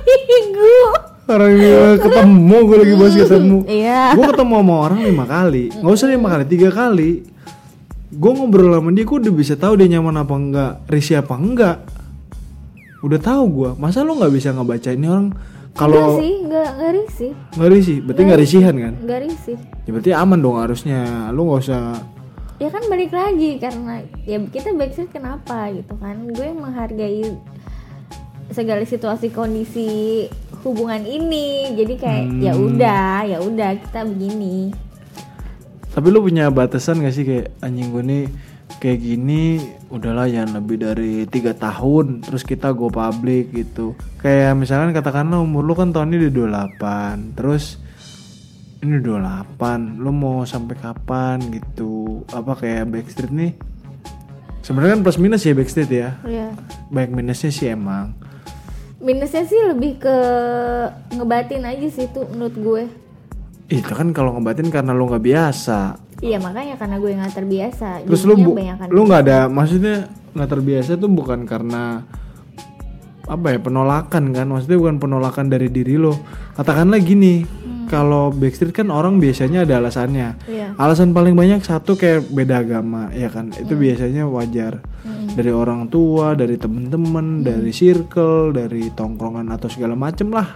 Orang ketemu, gue lagi bahas ketemu. Iya. Gue ketemu sama orang 5 kali, nggak usah 5 kali, 3 kali. Gue ngobrol sama dia, gue udah bisa tahu dia nyaman apa enggak, risih apa enggak. Udah tahu gue, masa lo nggak bisa ngebaca ini orang? Kalau nggak risih. Nggak risih, berarti nggak risihan kan? Nggak risih. Ya berarti aman dong harusnya, lo nggak usah. Ya kan balik lagi karena ya kita Backstreet kenapa gitu kan? Gue menghargai segala situasi kondisi hubungan ini, jadi kayak ya udah kita begini. Tapi lo punya batasan nggak sih kayak anjing gue nih? Kayak gini udahlah jangan lebih dari 3 tahun terus kita go public gitu. Kayak misalkan katakanlah umur lu kan tahun ini udah 28, terus ini 28, lu mau sampai kapan gitu? Apa kayak Backstreet nih sebenarnya kan plus minus ya Backstreet ya. Iya. Baik minusnya sih emang. Minusnya sih lebih ke ngebatin aja sih itu menurut gue. Itu kan kalau ngebatin karena lu nggak biasa. Iya makanya karena gue nggak terbiasa. Terus lu nggak ada, maksudnya nggak terbiasa tuh bukan karena apa ya, penolakan kan? Maksudnya bukan penolakan dari diri lo. Katakanlah gini, kalau Backstreet kan orang biasanya ada alasannya. Iya. Alasan paling banyak satu kayak beda agama, ya kan? Itu biasanya wajar. Dari orang tua, dari temen-temen, dari circle, dari tongkrongan atau segala macem lah.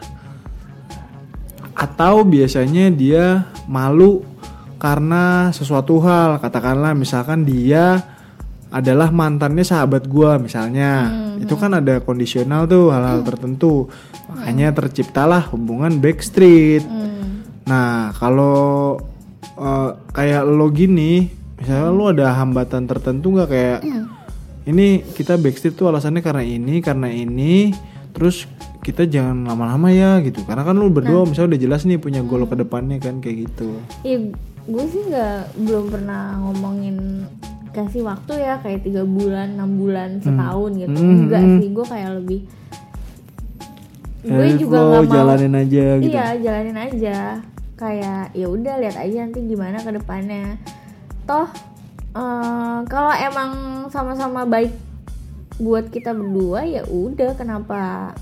Atau biasanya dia malu karena sesuatu hal, katakanlah misalkan dia adalah mantannya sahabat gua misalnya, itu kan ada kondisional tuh hal-hal tertentu, makanya terciptalah hubungan Backstreet. Nah kalau kayak lo gini, misalnya lo ada hambatan tertentu nggak kayak ini kita Backstreet tuh alasannya karena ini, terus kita jangan lama-lama ya gitu, karena kan lo berdua misalnya udah jelas nih punya goal ke depannya kan kayak gitu. Iya. Gue sih belum pernah ngomongin kasih waktu ya kayak 3 bulan, 6 bulan, setahun gitu. Enggak sih, gue kayak lebih gue juga nggak mau jalanin aja gitu. Iya jalanin aja, kayak ya udah lihat aja nanti gimana ke depannya. Toh kalau emang sama-sama baik buat kita berdua ya udah, kenapa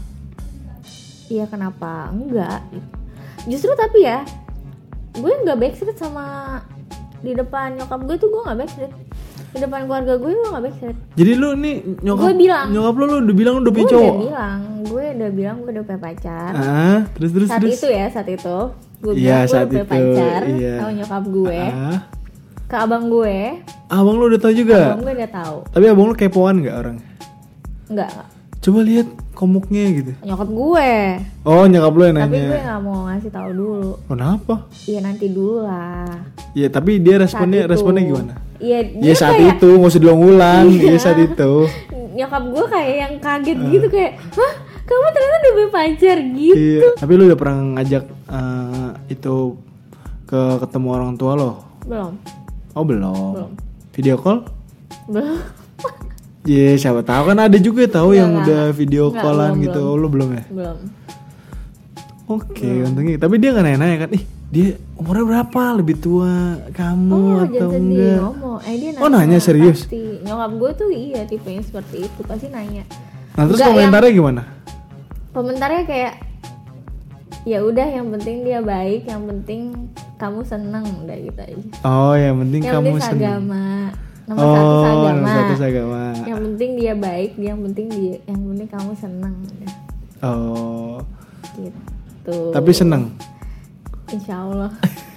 enggak? Justru tapi ya gue nggak Backstreet sama di depan nyokap gue tuh gue nggak Backstreet, di depan keluarga gue nggak Backstreet. Jadi lu nih nyokap lu udah bilang udah punya cowok? Gue udah bilang gue udah punya pacar. Terus saat itu gue bilang gue udah punya pacar sama nyokap gue. Ke abang gue. Abang lu udah tahu juga? Abang gue udah tahu. Tapi abang lu kepoan nggak orang? Nggak. Coba lihat komuknya gitu. Nyokap gue. Oh nyokap lu yang nanya. Tapi gue nggak mau ngasih tahu dulu. Kenapa? Iya nanti dulu lah. Iya tapi dia responnya gimana? Iya saat itu nggak usah diulang. Iya saat itu. nyokap gue kayak yang kaget gitu, kayak hah kamu ternyata udah punya pacar gitu. Iya. Tapi lu udah pernah ngajak itu ketemu orang tua lo? Belum. Oh belum. Video call? Belum. Iya, siapa tahu kan ada juga tahu yang Enggak, udah video enggak, callan belum, gitu. belum. Oh, lu belum ya? Belum. Oke, untungnya. Tapi dia nggak nanya-nanya kan? Ih, dia umurnya berapa? Lebih tua kamu atau jangan sedih enggak? ngomong. Dia nanya. Oh, nanya serius? Pasti. Nyokap gue tuh iya tipenya seperti itu, pasti nanya. Nah, terus Enggak, komentarnya gimana? Komentarnya kayak ya udah yang penting dia baik, yang penting kamu seneng, udah gitu aja. Oh, yang penting Yang kamu penting seneng. seagama. Nomor satu seagama. Nomor satu seagama. Yang penting dia baik, yang penting kamu seneng, udah. Oh. Gitu. Tapi seneng. Insya Allah.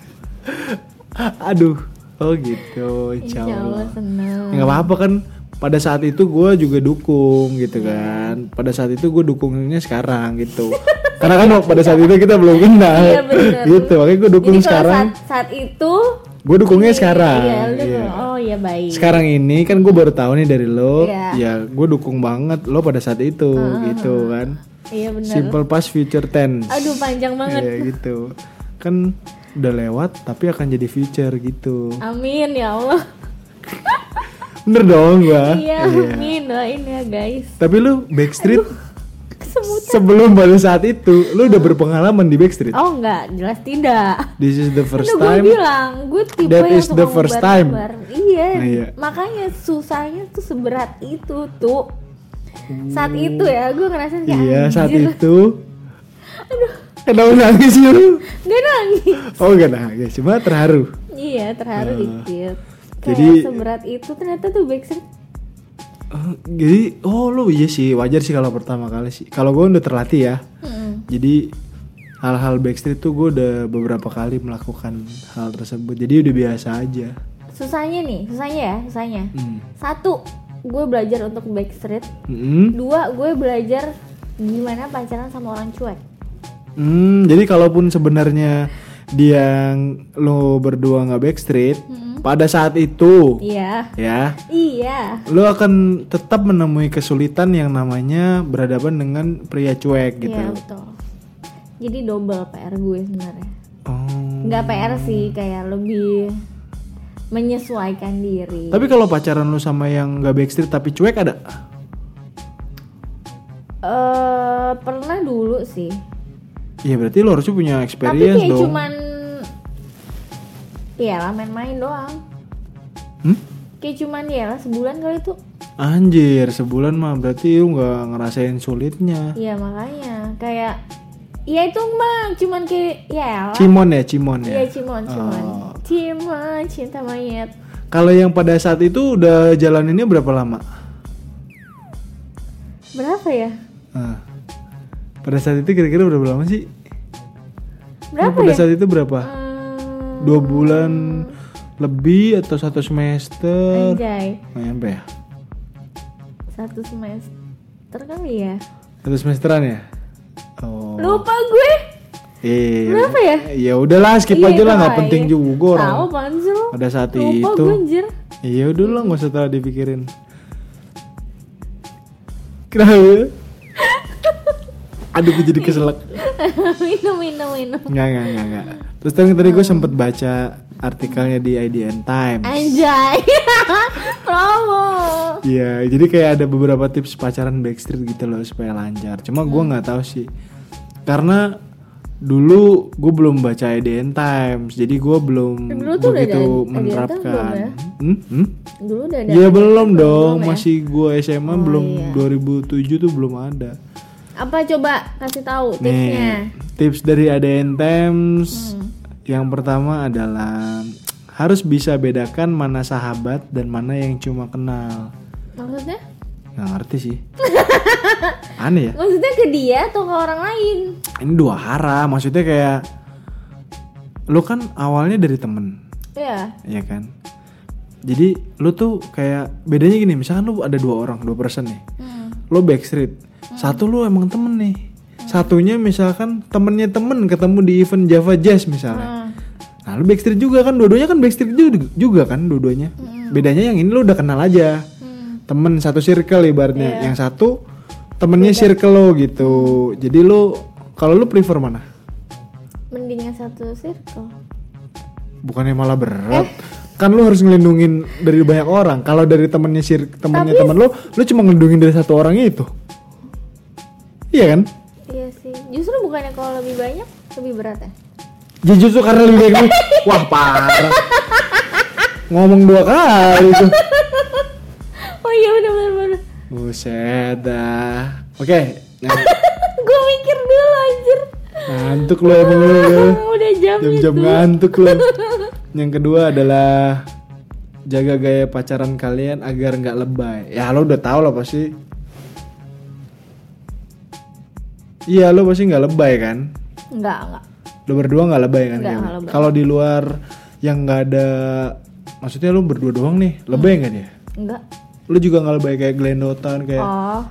Aduh. Oh gitu. Insya Allah. seneng. Nggak apa-apa kan. Pada saat itu gue juga dukung gitu kan. Pada saat itu gue dukungnya sekarang gitu. Karena kan pada saat itu kita belum kenal. Iya benar. Gitu. Makanya gue dukung Jadi kalau sekarang. saat itu Gue dukungnya sekarang. Iya, Iya. Oh iya baik. Sekarang ini kan gue baru tahu nih dari lo. Iya. Ya gue dukung banget lo pada saat itu gitu kan. Iya benar. Simple past future tense. Aduh panjang banget. Iya gitu. Kan udah lewat tapi akan jadi future gitu. Amin ya Allah. Bener dong gua. Iya, amin, doain ya guys. Tapi lu Backstreet Kesemutan. sebelum pada saat itu lu udah berpengalaman di Backstreet. Oh enggak, jelas tidak. This is the first Gue time. bilang, gue tipe That yang is suka the first time. ngobar-ngobar. Iya, Nah, iya. makanya susahnya tuh seberat itu tuh. Saat itu ya, gue ngerasain kayak Iya, saat anjir. itu. Kenapa nangis sih lu? Gak nangis. Oh gak nangis, cuma terharu. Iya, terharu dikit. Kayak jadi- seberat itu ternyata tuh Backstreet. Jadi, lu iya sih, wajar sih kalau pertama kali sih. Kalau gue udah terlatih ya. Jadi hal-hal Backstreet tuh gue udah beberapa kali melakukan hal tersebut. Jadi udah biasa aja. Susahnya Satu, gue belajar untuk Backstreet. Mm-mm. Dua, gue belajar gimana pacaran sama orang cuek. Jadi kalaupun sebenarnya dia lo berdua nggak Backstreet, pada saat itu, Iya. ya, Iya. lo akan tetap menemui kesulitan yang namanya berhadapan dengan pria cuek gitu. Iya betul. Jadi double PR gue sebenarnya. Oh. Nggak PR sih, kayak lebih menyesuaikan diri. Tapi kalau pacaran lo sama yang nggak Backstreet tapi cuek ada? Pernah dulu sih. Iya berarti lo harusnya punya Tapi experience kayak dong. cuman iyalah main-main doang. Kayak cuman iyalah sebulan kali itu. Anjir, sebulan mah berarti lu nggak ngerasain sulitnya. Iya makanya kayak ya itu mah cuman kayak ya Cimon ya. Iya Cimon. Oh. Cimon cinta monyet. Kalau yang pada saat itu udah jalaninnya berapa lama? Berapa ya? Nah, pada saat itu kira-kira berapa lama sih? Berapa Pada ya? saat itu berapa? 2 bulan lebih atau 1 semester? Anjay. Nggak nyampe ya? 1 semester kali ya? 1 semesteran ya? Oh. Lupa gue. Iya. Berapa ya? Ya udahlah skip Iya, aja lah, itu nggak lah, penting iya. juga orang. Tahu apaan sih lo? Pada saat Lupa itu. gue anjir. Iya udah lah, nggak usah terlalu dipikirin. Kenapa? Aduh, gue jadi keselak. minum. Nggak. Terus tadi gue sempet baca artikelnya di IDN Times. Anjay. Promo. Iya, jadi kayak ada beberapa tips pacaran Backstreet gitu loh supaya lancar. Cuma gue nggak tahu sih, karena dulu gue belum baca IDN Times, jadi gue belum Dulu tuh udah begitu ada IDN Times menerapkan. belum ya? Dulu udah ada. Ya belum dong, ya? masih gue SMA belum, iya. 2007 tuh belum ada. Apa coba kasih tahu tipsnya? Nih, tips dari IDN Times yang pertama adalah harus bisa bedakan mana sahabat dan mana yang cuma kenal. Maksudnya? Nggak ngerti sih. Aneh ya. Maksudnya ke dia atau ke orang lain? Ini dua arah, maksudnya kayak lu kan awalnya dari temen, Iya. ya kan. Jadi lu tuh kayak bedanya gini, misalkan lu ada 2 person nih, lu Backstreet, satu lu emang temen nih, satunya misalkan temennya temen ketemu di event Java Jazz misalnya. Nah lu Backstreet juga kan, dua-duanya kan Backstreet juga kan dua-duanya. Bedanya yang ini lu udah kenal aja. temen satu circle ibaratnya. Iya. Yang satu temennya circle lo gitu. Jadi lo kalau lo prefer mana? Mendingan satu circle. Bukannya malah berat. Kan lo harus ngelindungin dari banyak orang. Kalau dari temen lo cuma ngelindungin dari satu orang itu. Iya kan? Iya sih. Justru bukannya kalau lebih banyak lebih berat ya? Ya justru karena lebih baik. Wah parah. Ngomong 2 kali tuh. Oh iya benar. Buset dah. Oke. Gue mikir dulu anjir. Ngantuk lo emang lo. Udah Jam-jam ngantuk lo. Yang kedua adalah jaga gaya pacaran kalian agar nggak lebay. Ya lo udah tahu lah pasti. Iya lo pasti nggak lebay kan? Enggak. Lo berdua nggak lebay kan? Nggak lebay. Kalau di luar yang nggak ada, maksudnya lo berdua doang nih, lebay nggak dia? Enggak. Lo juga nggak lebay kayak gelendotan kayak,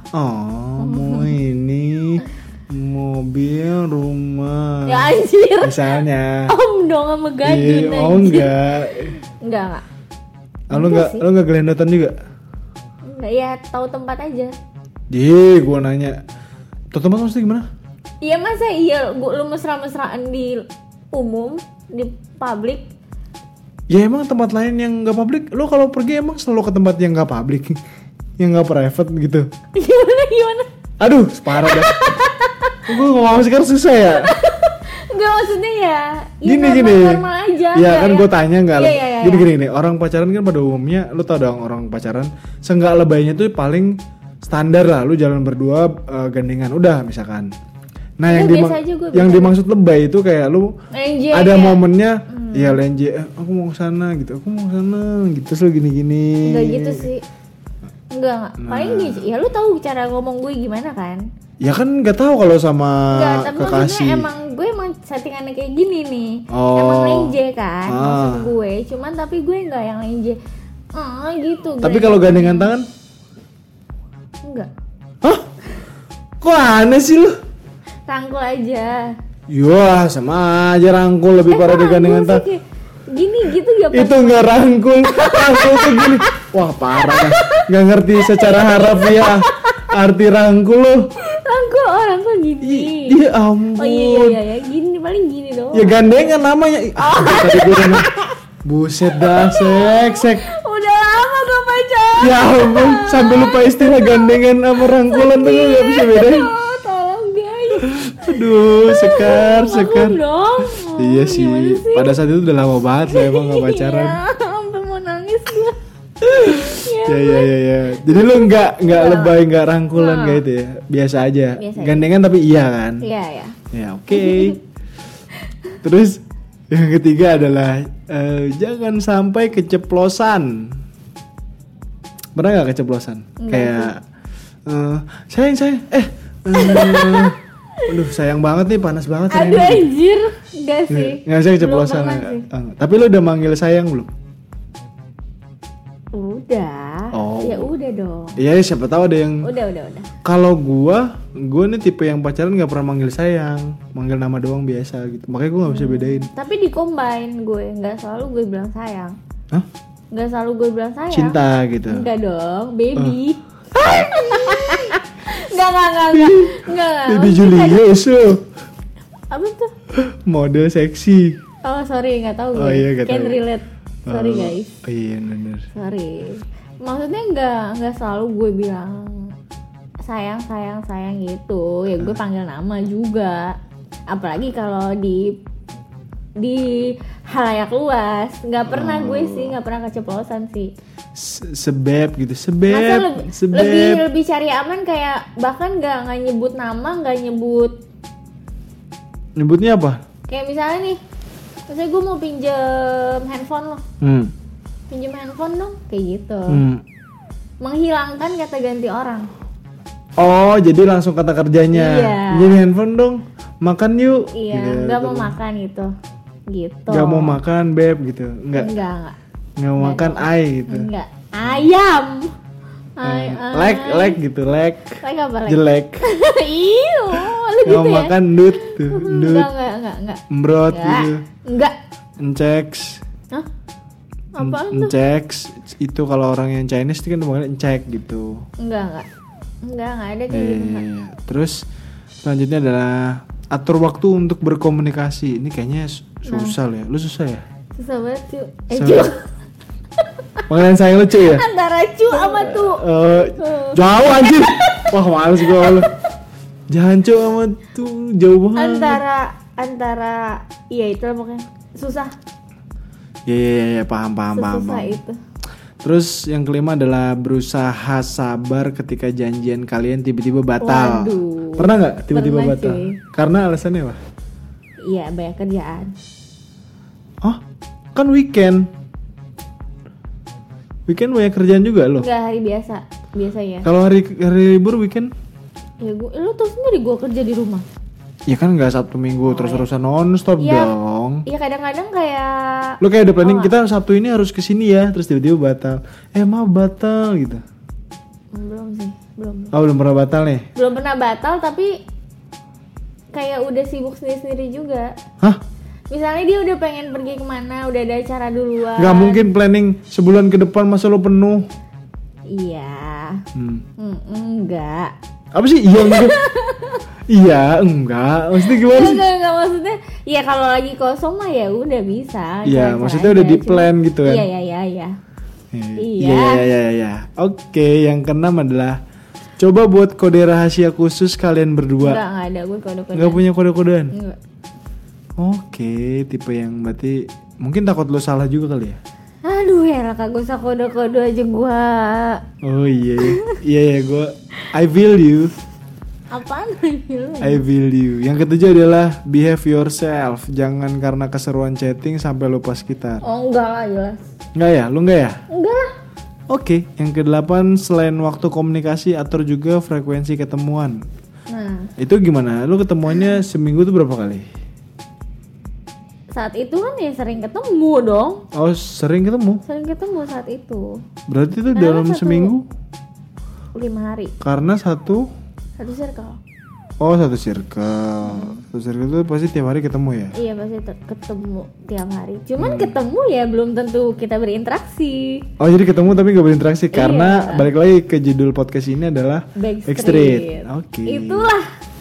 mau ini mobil, rumah. Ya anjir. Misalnya. Om dong sama gadun anjir. Oh enggak. Enggak. Lo nggak gelendotan juga? Enggak ya, tahu tempat aja. Gua nanya. Tahu tempat maksudnya gimana? Iya masa lu mesra-mesraan di umum, di publik. Ya emang tempat lain yang nggak publik, lo kalau pergi emang selalu ke tempat yang nggak publik, yang nggak private gitu. Gimana? Aduh, parah dah. Gue ngomong sekarang susah ya. Enggak maksudnya ya Gini. normal aja. Ya kan gue tanya nggak. Iya. Gini. Orang pacaran kan pada umumnya, lo tau dong orang pacaran, seenggak lebaynya tuh paling standar lah. Lo jalan berdua gandengan, udah misalkan. Nah yang dimaksud lebay itu kayak lu lenje, ada momennya ya lenje, aku mau ke sana gitu, terus lu gini. Enggak gitu sih. Enggak. Paling ya lu tahu cara ngomong gue gimana kan? Ya kan nggak tahu kalau sama tapi kekasih. gue emang settingannya kayak gini nih. Emang lenje kan maksud gue, cuman tapi gue nggak yang lenje. Gitu. Tapi kalau gandengan tangan? Enggak. Hah? Kok aneh sih lu? Rangkul aja. Wah sama aja rangkul lebih parah dari gandengan tangan. Gini gitu ya. Itu nggak rangkul tuh gini. Wah parah kan. Nggak ngerti secara harafiah arti rangkul lo. Rangkul gini. Iya ampun. Oh iya gini paling gini dong. Ya gandengan namanya. Tadi gue udah buset dah sek. Udah lama gak pacaran. Ya ampun sampai lupa istilah gandengan sama rangkulan tuh nggak bisa bedain. Aduh, sekar. Dong. Iya sih. Pada saat itu udah lama banget lah emang gak pacaran. Iya, sampai mau nangis gue. Ya. Jadi lu nggak lebay, nggak rangkulan kayak itu ya. Biasa aja. Gandengan tapi iya kan? Iya. Ya oke. Terus yang ketiga adalah jangan sampai keceplosan. Pernah nggak keceplosan? Kayak sayang. Aduh sayang banget nih, panas banget. Aduh anjir. Enggak sih. Nggak sih keceplosan. Tapi lu udah manggil sayang belum? Udah. Ya udah dong. Iya siapa tahu ada yang. Udah. Kalau gua nih tipe yang pacaran nggak pernah manggil sayang, manggil nama doang biasa gitu. Makanya gua nggak bisa bedain. Tapi di-combine gue, nggak selalu gue bilang sayang. Hah? Nggak selalu gue bilang sayang. Cinta gitu. Enggak dong, baby. Enggak. Baby Julius Apa tuh? Model seksi. Oh sorry, nggak tahu gue. Can relate. Sorry guys. Iya benar. Sorry. Maksudnya nggak selalu gue bilang sayang gitu. Ya gue panggil nama juga. Apalagi kalau di halayak luas. Nggak pernah gue sih, nggak pernah keceplosan sih. Sebeb gitu, lebih cari aman, kayak bahkan nggak nyebut nama, nyebutnya apa? Kayak misalnya nih, gue mau pinjem handphone lo, pinjem handphone dong, kayak gitu. Menghilangkan kata ganti orang. Oh jadi langsung kata kerjanya. Iya. Pinjem handphone dong, makan yuk. Iya, nggak mau makan gitu. Nggak mau makan beb gitu, nggak mau makan gitu. Enggak. Ayam. Like gitu, like apa? Jelek. Iyo, gitu ya. Makan dut tuh, Enggak. Embrot gitu. Enggak. Enceks. Hah? Apaan tuh? Encek itu kalau orang yang Chinese itu kan namanya encek gitu. Enggak ada kayak gitu. Enggak. Terus selanjutnya adalah atur waktu untuk berkomunikasi. Ini kayaknya susah ya. Lu susah ya? Susah banget cu. Susah. Panggilan sayang lu cuy ya? Antara cu sama tuh. Jauh anjir. Wah males gue lu. Jangan cu sama tuh, jauh banget. Antara iya itu lah pokoknya. Susah. Iya paham. Susah itu. Terus yang kelima adalah berusaha sabar ketika janjian kalian tiba-tiba batal. Waduh. Pernah nggak tiba-tiba Pernah, batal? cuy. Karena alasannya apa? Iya banyak kerjaan. Oh, kan weekend. Weekend banyak kerjaan juga loh. Enggak hari biasanya. Kalau hari libur weekend? Ya lu tau sendiri gue kerja di rumah. Ya kan nggak Sabtu Minggu terus-terusan non-stop Iya. dong. Iya kadang-kadang kayak Lu kayak udah planning kita Sabtu ini harus kesini ya, terus tiba-tiba batal. Maaf batal gitu. belum sih, belum. Oh belum pernah batal nih? Belum pernah batal tapi kayak udah sibuk sendiri-sendiri juga. Hah? Misalnya dia udah pengen pergi kemana, udah ada acara duluan. Nggak mungkin planning sebulan ke depan masa lu penuh. Iya. Enggak. Apa sih? Iya enggak? Iya enggak. Maksudnya gimana sih? Enggak maksudnya. Ya kalau lagi kosong mah ya udah bisa. Iya, Jalan-jalan maksudnya aja, udah di cuma- plan gitu kan? Iya. Iya. Oke, yang keenam adalah coba buat kode rahasia khusus kalian berdua. Enggak ada gue kode-kode. Nggak punya kode-kodean? Enggak. Oke, tipe yang berarti mungkin takut lo salah juga kali ya? Aduh ya lah kagak usah kode-kode aja gua. Oh iya gue I feel you. Apaan lu? I feel you. Yang ketujuh adalah behave yourself. Jangan karena keseruan chatting sampai lupa sekitar. Oh enggak lah jelas. Enggak ya? Lu enggak ya? Enggak lah. Oke, yang kedelapan selain waktu komunikasi atur juga frekuensi ketemuan. Nah Itu gimana? Lu ketemuannya seminggu tuh berapa kali? saat itu kan ya sering ketemu dong. Oh sering ketemu? Sering ketemu saat itu. Berarti tuh Karena dalam seminggu? 5 hari. Karena satu Circle. Oh satu circle. Satu circle itu pasti tiap hari ketemu ya? Iya pasti ketemu tiap hari. Cuman ketemu ya belum tentu kita berinteraksi. Oh jadi ketemu tapi gak berinteraksi. Iya. Karena balik lagi ke judul podcast ini adalah Backstreet. Oke. Itulah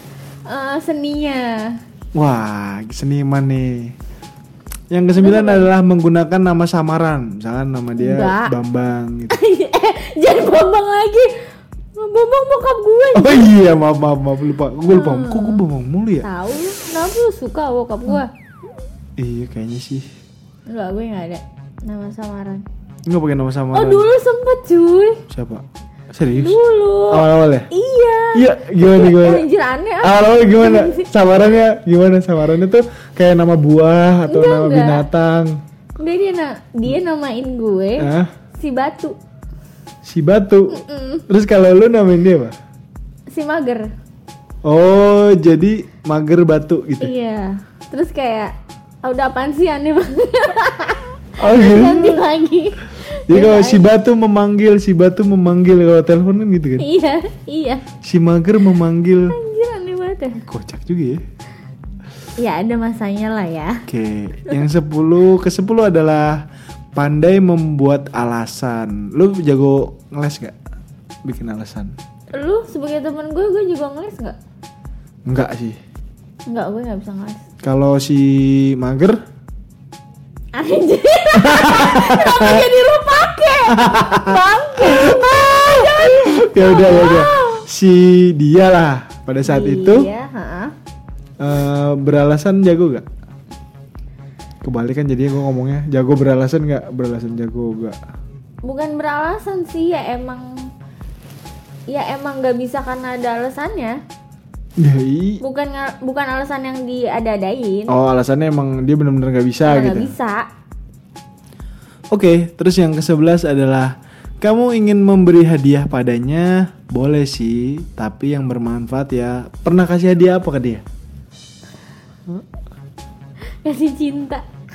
seninya. Wah seniman nih. Yang kesembilan adalah menggunakan nama samaran. Misalkan nama dia Enggak. Bambang gitu. Jangan Bambang lagi. Bambang bokap gue. Oh iya maaf lupa. Gue lupa. Kok gue Bambang mulu ya? Tahu lu, kenapa lu suka bokap gue? Iya kayaknya sih. Enggak, gue enggak ada nama samaran. Enggak pakai nama Oh, samaran. dulu sempet cuy. Siapa? Serius? Dulu. Awal-awal ya? Iya. Iya, gimana? Anjir aneh. Awal-awal gimana? Samarannya gimana? Samarannya tuh kayak nama buah atau nama Enggak. binatang. Enggak dia namain gue Hah? si Batu, Si Batu. Terus kalau lu namain dia apa? si Mager. Oh, jadi Mager Batu gitu. Iya. Terus kayak udah apaan sih aneh banget. Oh gitu. Ganti lagi. Jadi kalau si Batu memanggil kalau telepon kan gitu kan. Iya. Si Mager memanggil. Anjir aneh banget ya. Kocak juga ya. Ya ada masanya lah ya. Oke, yang 10 ke 10 adalah pandai membuat alasan. Lu jago ngeles gak? Bikin alasan? Lu sebagai teman gue juga ngeles nggak? Enggak sih. Nggak, gue nggak bisa ngeles. Kalau si Mager, Anjir. Kenapa jadi lu pake? Bangke. ya udah. Si dia lah pada saat itu Iya, beralasan jago gak? Kebalikan jadinya gue ngomongnya jago beralasan gak? Beralasan jago gak? Bukan beralasan sih ya emang nggak bisa karena ada alasannya. Bukan alasan yang diada-adain. Oh alasannya emang dia benar-benar gak bisa Nggak gitu. bisa. Oke, terus yang ke-11 adalah kamu ingin memberi hadiah padanya, boleh sih, tapi yang bermanfaat ya. Pernah kasih hadiah apa ke dia? Kasih cinta.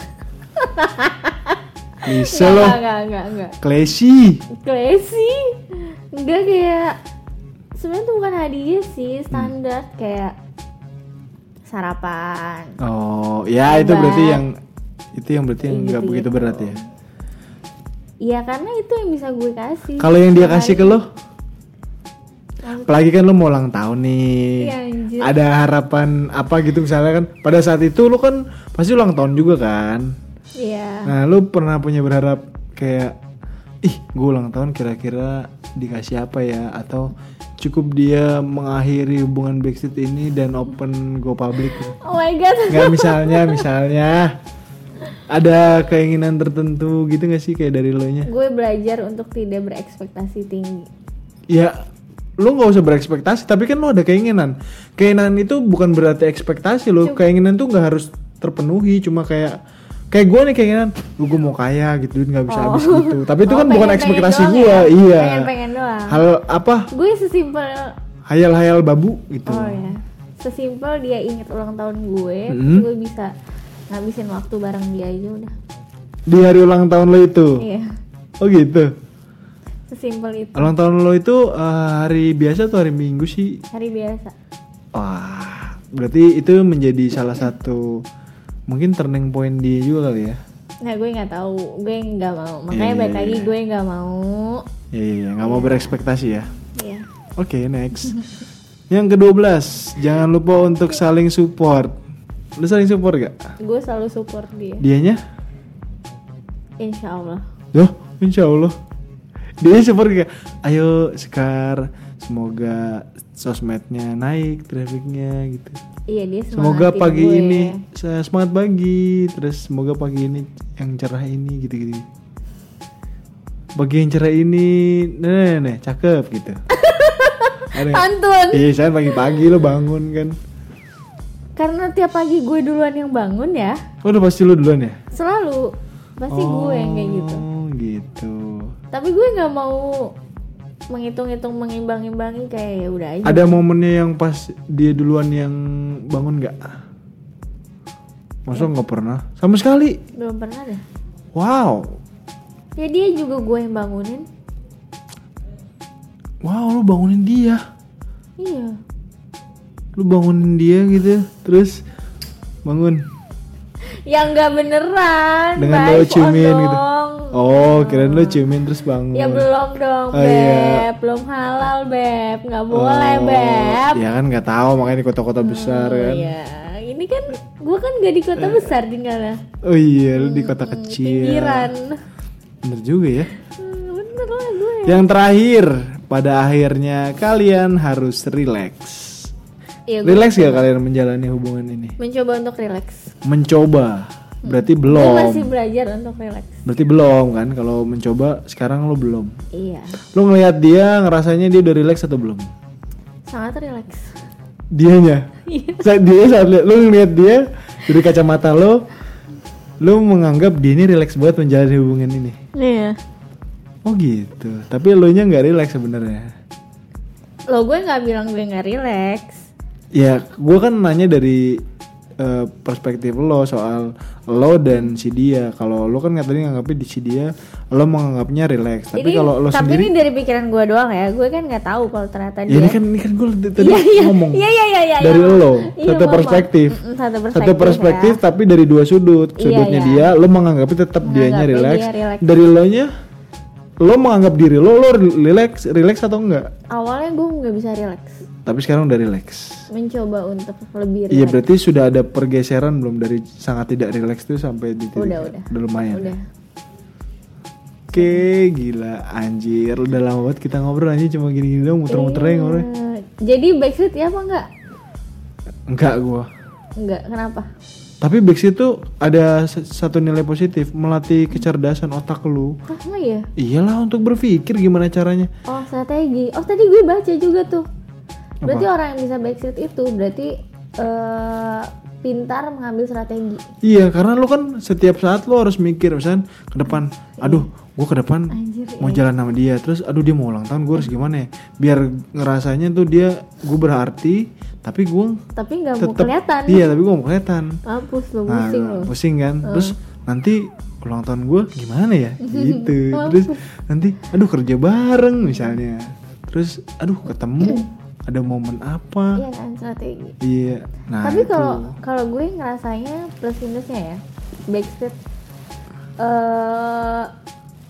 Bisa loh. Enggak. Classy. Enggak kayak sebenarnya itu bukan hadiah sih, standar kayak sarapan. Oh, ya itu Obat. berarti yang berarti yang nggak Gitu-gitu. begitu berat ya. Iya karena itu yang bisa gue kasih. Kalau yang dia kasih ke lo, Maksud- apalagi kan lo mau ulang tahun nih, Iya, anjir. ada harapan apa gitu misalnya kan pada saat itu lo kan pasti ulang tahun juga kan. Iya. Nah lo pernah punya berharap kayak, ih gue ulang tahun kira-kira dikasih apa ya, atau cukup dia mengakhiri hubungan Backstreet ini dan open go public? Oh my god. Nggak, misalnya ada keinginan tertentu gitu nggak sih kayak dari lo nya? Gue belajar untuk tidak berekspektasi tinggi. Ya lo nggak usah berekspektasi, tapi kan lo ada keinginan. Keinginan itu bukan berarti ekspektasi lo. Keinginan tuh nggak harus terpenuhi, cuma kayak gue nih keinginan, gue mau kaya gitu, duit nggak bisa habis gitu. Tapi itu kan bukan ekspektasi gue, ya? iya. Pengen doang. Hal apa? Gue sesimpel. Hayal-hayal babu gitu. Oh ya. Sesimpel dia inget ulang tahun gue, Mm-hmm. gue bisa ngabisin waktu bareng dia aja udah. Di hari ulang tahun lo itu? Iya. Oh gitu. Sesimpel itu. Ulang tahun lo itu hari biasa atau hari Minggu sih? Hari biasa. Wah, berarti itu menjadi salah satu mungkin turning point dia juga kali ya? Nah gue nggak tahu, gue nggak mau. Makanya Iya, balik iya, lagi iya. gue nggak mau. Iya, nggak mau berekspektasi ya. Iya. Oke, next. Yang ke-12, jangan lupa untuk saling support. Lu saling support gak? Gue selalu support dia. Dianya? Insya Allah. Loh, insya Allah. Dia support kayak, ayo Sekar, semoga sosmednya naik, trafficnya gitu. Iya dia Semoga semangatin pagi gue. ini saya semangat pagi, terus semoga pagi ini yang cerah ini gitu-gitu. Pagi yang cerah ini, nih, cakep gitu. Ada nggak? Pantun. Iya, saya pagi-pagi lo bangun kan. Karena tiap pagi gue duluan yang bangun ya. Oh, udah pasti lo duluan ya? Selalu. Pasti gue yang kayak gitu. Oh, gitu. Tapi gue nggak mau menghitung-hitung mengimbang-imbangi, kayak ya udah aja. Ada momennya yang pas dia duluan yang bangun nggak? Masa nggak pernah? Sama sekali? Belum pernah deh. Wow. Ya dia juga gue yang bangunin. Wow, lo bangunin dia. Iya. Lu bangunin dia gitu, terus bangun Ya nggak beneran. dengan Bye, lo on ciumin gitu. dong. Oh, kirain lo ciumin terus bangun. Ya belum dong, Oh, Beb. iya. Belum halal, Beb. Nggak boleh, Beb. Ya kan nggak tahu, makanya di kota-kota besar kan. Iya. Ini kan gue kan gak di kota besar tinggalnya. Oh iya, lu di kota kecil. Pinggiran. Bener juga ya. Bener lah gue. Yang terakhir, pada akhirnya kalian harus relax. Iya, gue Relax gak kalian menjalani hubungan ini? mencoba untuk relax. Mencoba, berarti Gue belum. masih belajar untuk relax. Berarti belum kan? Kalau mencoba sekarang lo belum. Iya. Lo ngelihat dia, ngerasanya dia udah relax atau belum? Sangat relax. Dianya. Dia saat lo ngeliat dia dari kacamata lo menganggap dia ini relax banget menjalani hubungan ini. Iya. Oh gitu. Tapi lo nya nggak relax sebenarnya. Lo gue nggak bilang gue nggak relax. Ya, gue kan nanya dari perspektif lo soal lo dan si dia. Kalau lo kan tadi nganggapnya di si dia, lo menganggapnya relax. Tapi kalau lo tapi sendiri, ini dari pikiran gue doang ya. Gue kan nggak tahu kalau ternyata ya dia. ini kan gue tadi Iya. ngomong Iya. dari lo Iya, satu ngomong. perspektif. Satu perspektif ya. Tapi dari dua sudut. Iya, Sudutnya iya. dia, lo menganggapnya tetap dianya Menganggapnya relax. dia relax. Dari lo nya, lo menganggap diri lo relax atau enggak? Awalnya gue nggak bisa relax. Tapi sekarang udah relax. Mencoba untuk lebih Iya, relax. berarti sudah ada pergeseran belum dari sangat tidak relax tuh sampai di titik Udah. lumayan. Udah. Oke, gila anjir, udah lama banget kita ngobrol anjir, cuma gini-gini dong muter-muternya ngobrol. Jadi Backstreet ya apa enggak? Enggak gua. Enggak, kenapa? Tapi Backstreet tuh ada satu nilai positif, melatih kecerdasan otak lu. Hah, enggak ya? Iyalah, untuk berpikir gimana caranya. Oh, strategi. Oh, tadi gue baca juga tuh. Berarti Apa? orang yang bisa Backstreet itu berarti pintar mengambil strategi. Iya, karena lu kan setiap saat lu harus mikir, misalnya ke depan, aduh, gua ke depan Anjir, mau jalan sama dia, terus aduh dia mau ulang tahun, gua harus gimana ya? Biar ngerasanya tuh gua berarti, tapi gua Tapi nggak mau tetap kelihatan. Iya, tapi gua mau kelihatan. Mampus lo, Nah, pusing lo. pusing kan. Terus nanti ulang tahun gua gimana ya? Gitu. Terus nanti aduh kerja bareng misalnya. Terus aduh ketemu ada momen apa? Iya kan, strategi. Iya. Nah, Tapi itu. kalau gue ngerasanya plus minusnya ya, Backstreet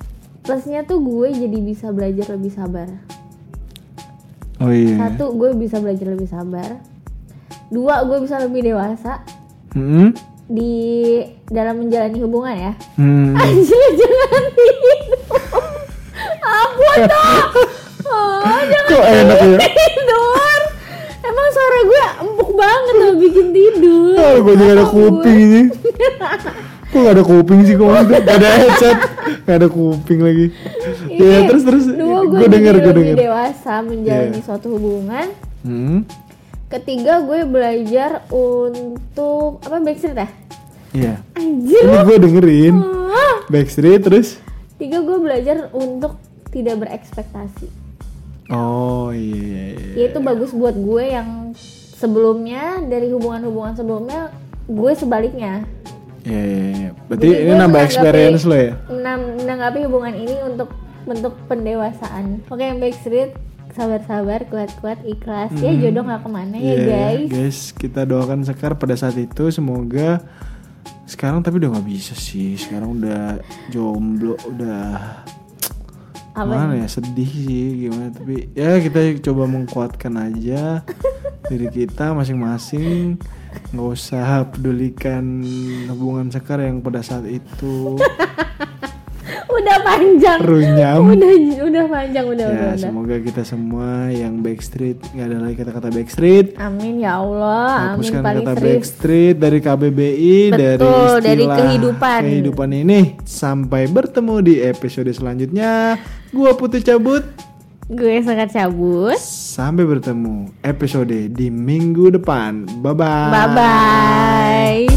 plusnya tuh gue jadi bisa belajar lebih sabar. Oh iya. 1, gue bisa belajar lebih sabar. 2, gue bisa lebih dewasa di dalam menjalani hubungan ya. Anjir, jangan tidur. Ampun dong. Oh, jangan Kok enak ya? tidur. Emang suara gue empuk banget loh bikin tidur. Oh, gue juga ada kuping ini. Kok gak ada kuping sih kok? Gak ada headset, gak ada kuping lagi. Ya terus. 2, gue denger. lebih dewasa menjalani suatu hubungan. 3, gue belajar untuk apa, Backstreet ya? Iya. Anjir. Ini gue dengerin Backstreet terus. 3, gue belajar untuk tidak berekspektasi. Oh iya. Ya itu bagus buat gue yang sebelumnya, dari hubungan-hubungan sebelumnya gue sebaliknya. Iya. Berarti Jadi ini gue nambah experience lo ya? menanggapi hubungan ini untuk bentuk pendewasaan. Oke, yang Backstreet, sabar-sabar, kuat-kuat, ikhlas. Ya jodoh gak kemana ya guys. Guys, kita doakan Sekar pada saat itu semoga sekarang, tapi udah gak bisa sih. Sekarang udah jomblo, udah mana ya, sedih sih gimana. Tapi ya kita coba menguatkan aja diri kita masing-masing. Gak usah pedulikan hubungan Sekar yang pada saat itu Udah panjang. runyam. Udah panjang, Ya udah. semoga kita semua yang Backstreet gak ada lagi kata-kata Backstreet. Amin ya Allah. Amin Hapuskan paling kata serius. Backstreet dari KBBI. Betul, dari istilah dari kehidupan ini. Sampai bertemu di episode selanjutnya. Gua Putih cabut. Gue sangat cabut. Sampai bertemu episode di minggu depan. Bye bye. Bye bye.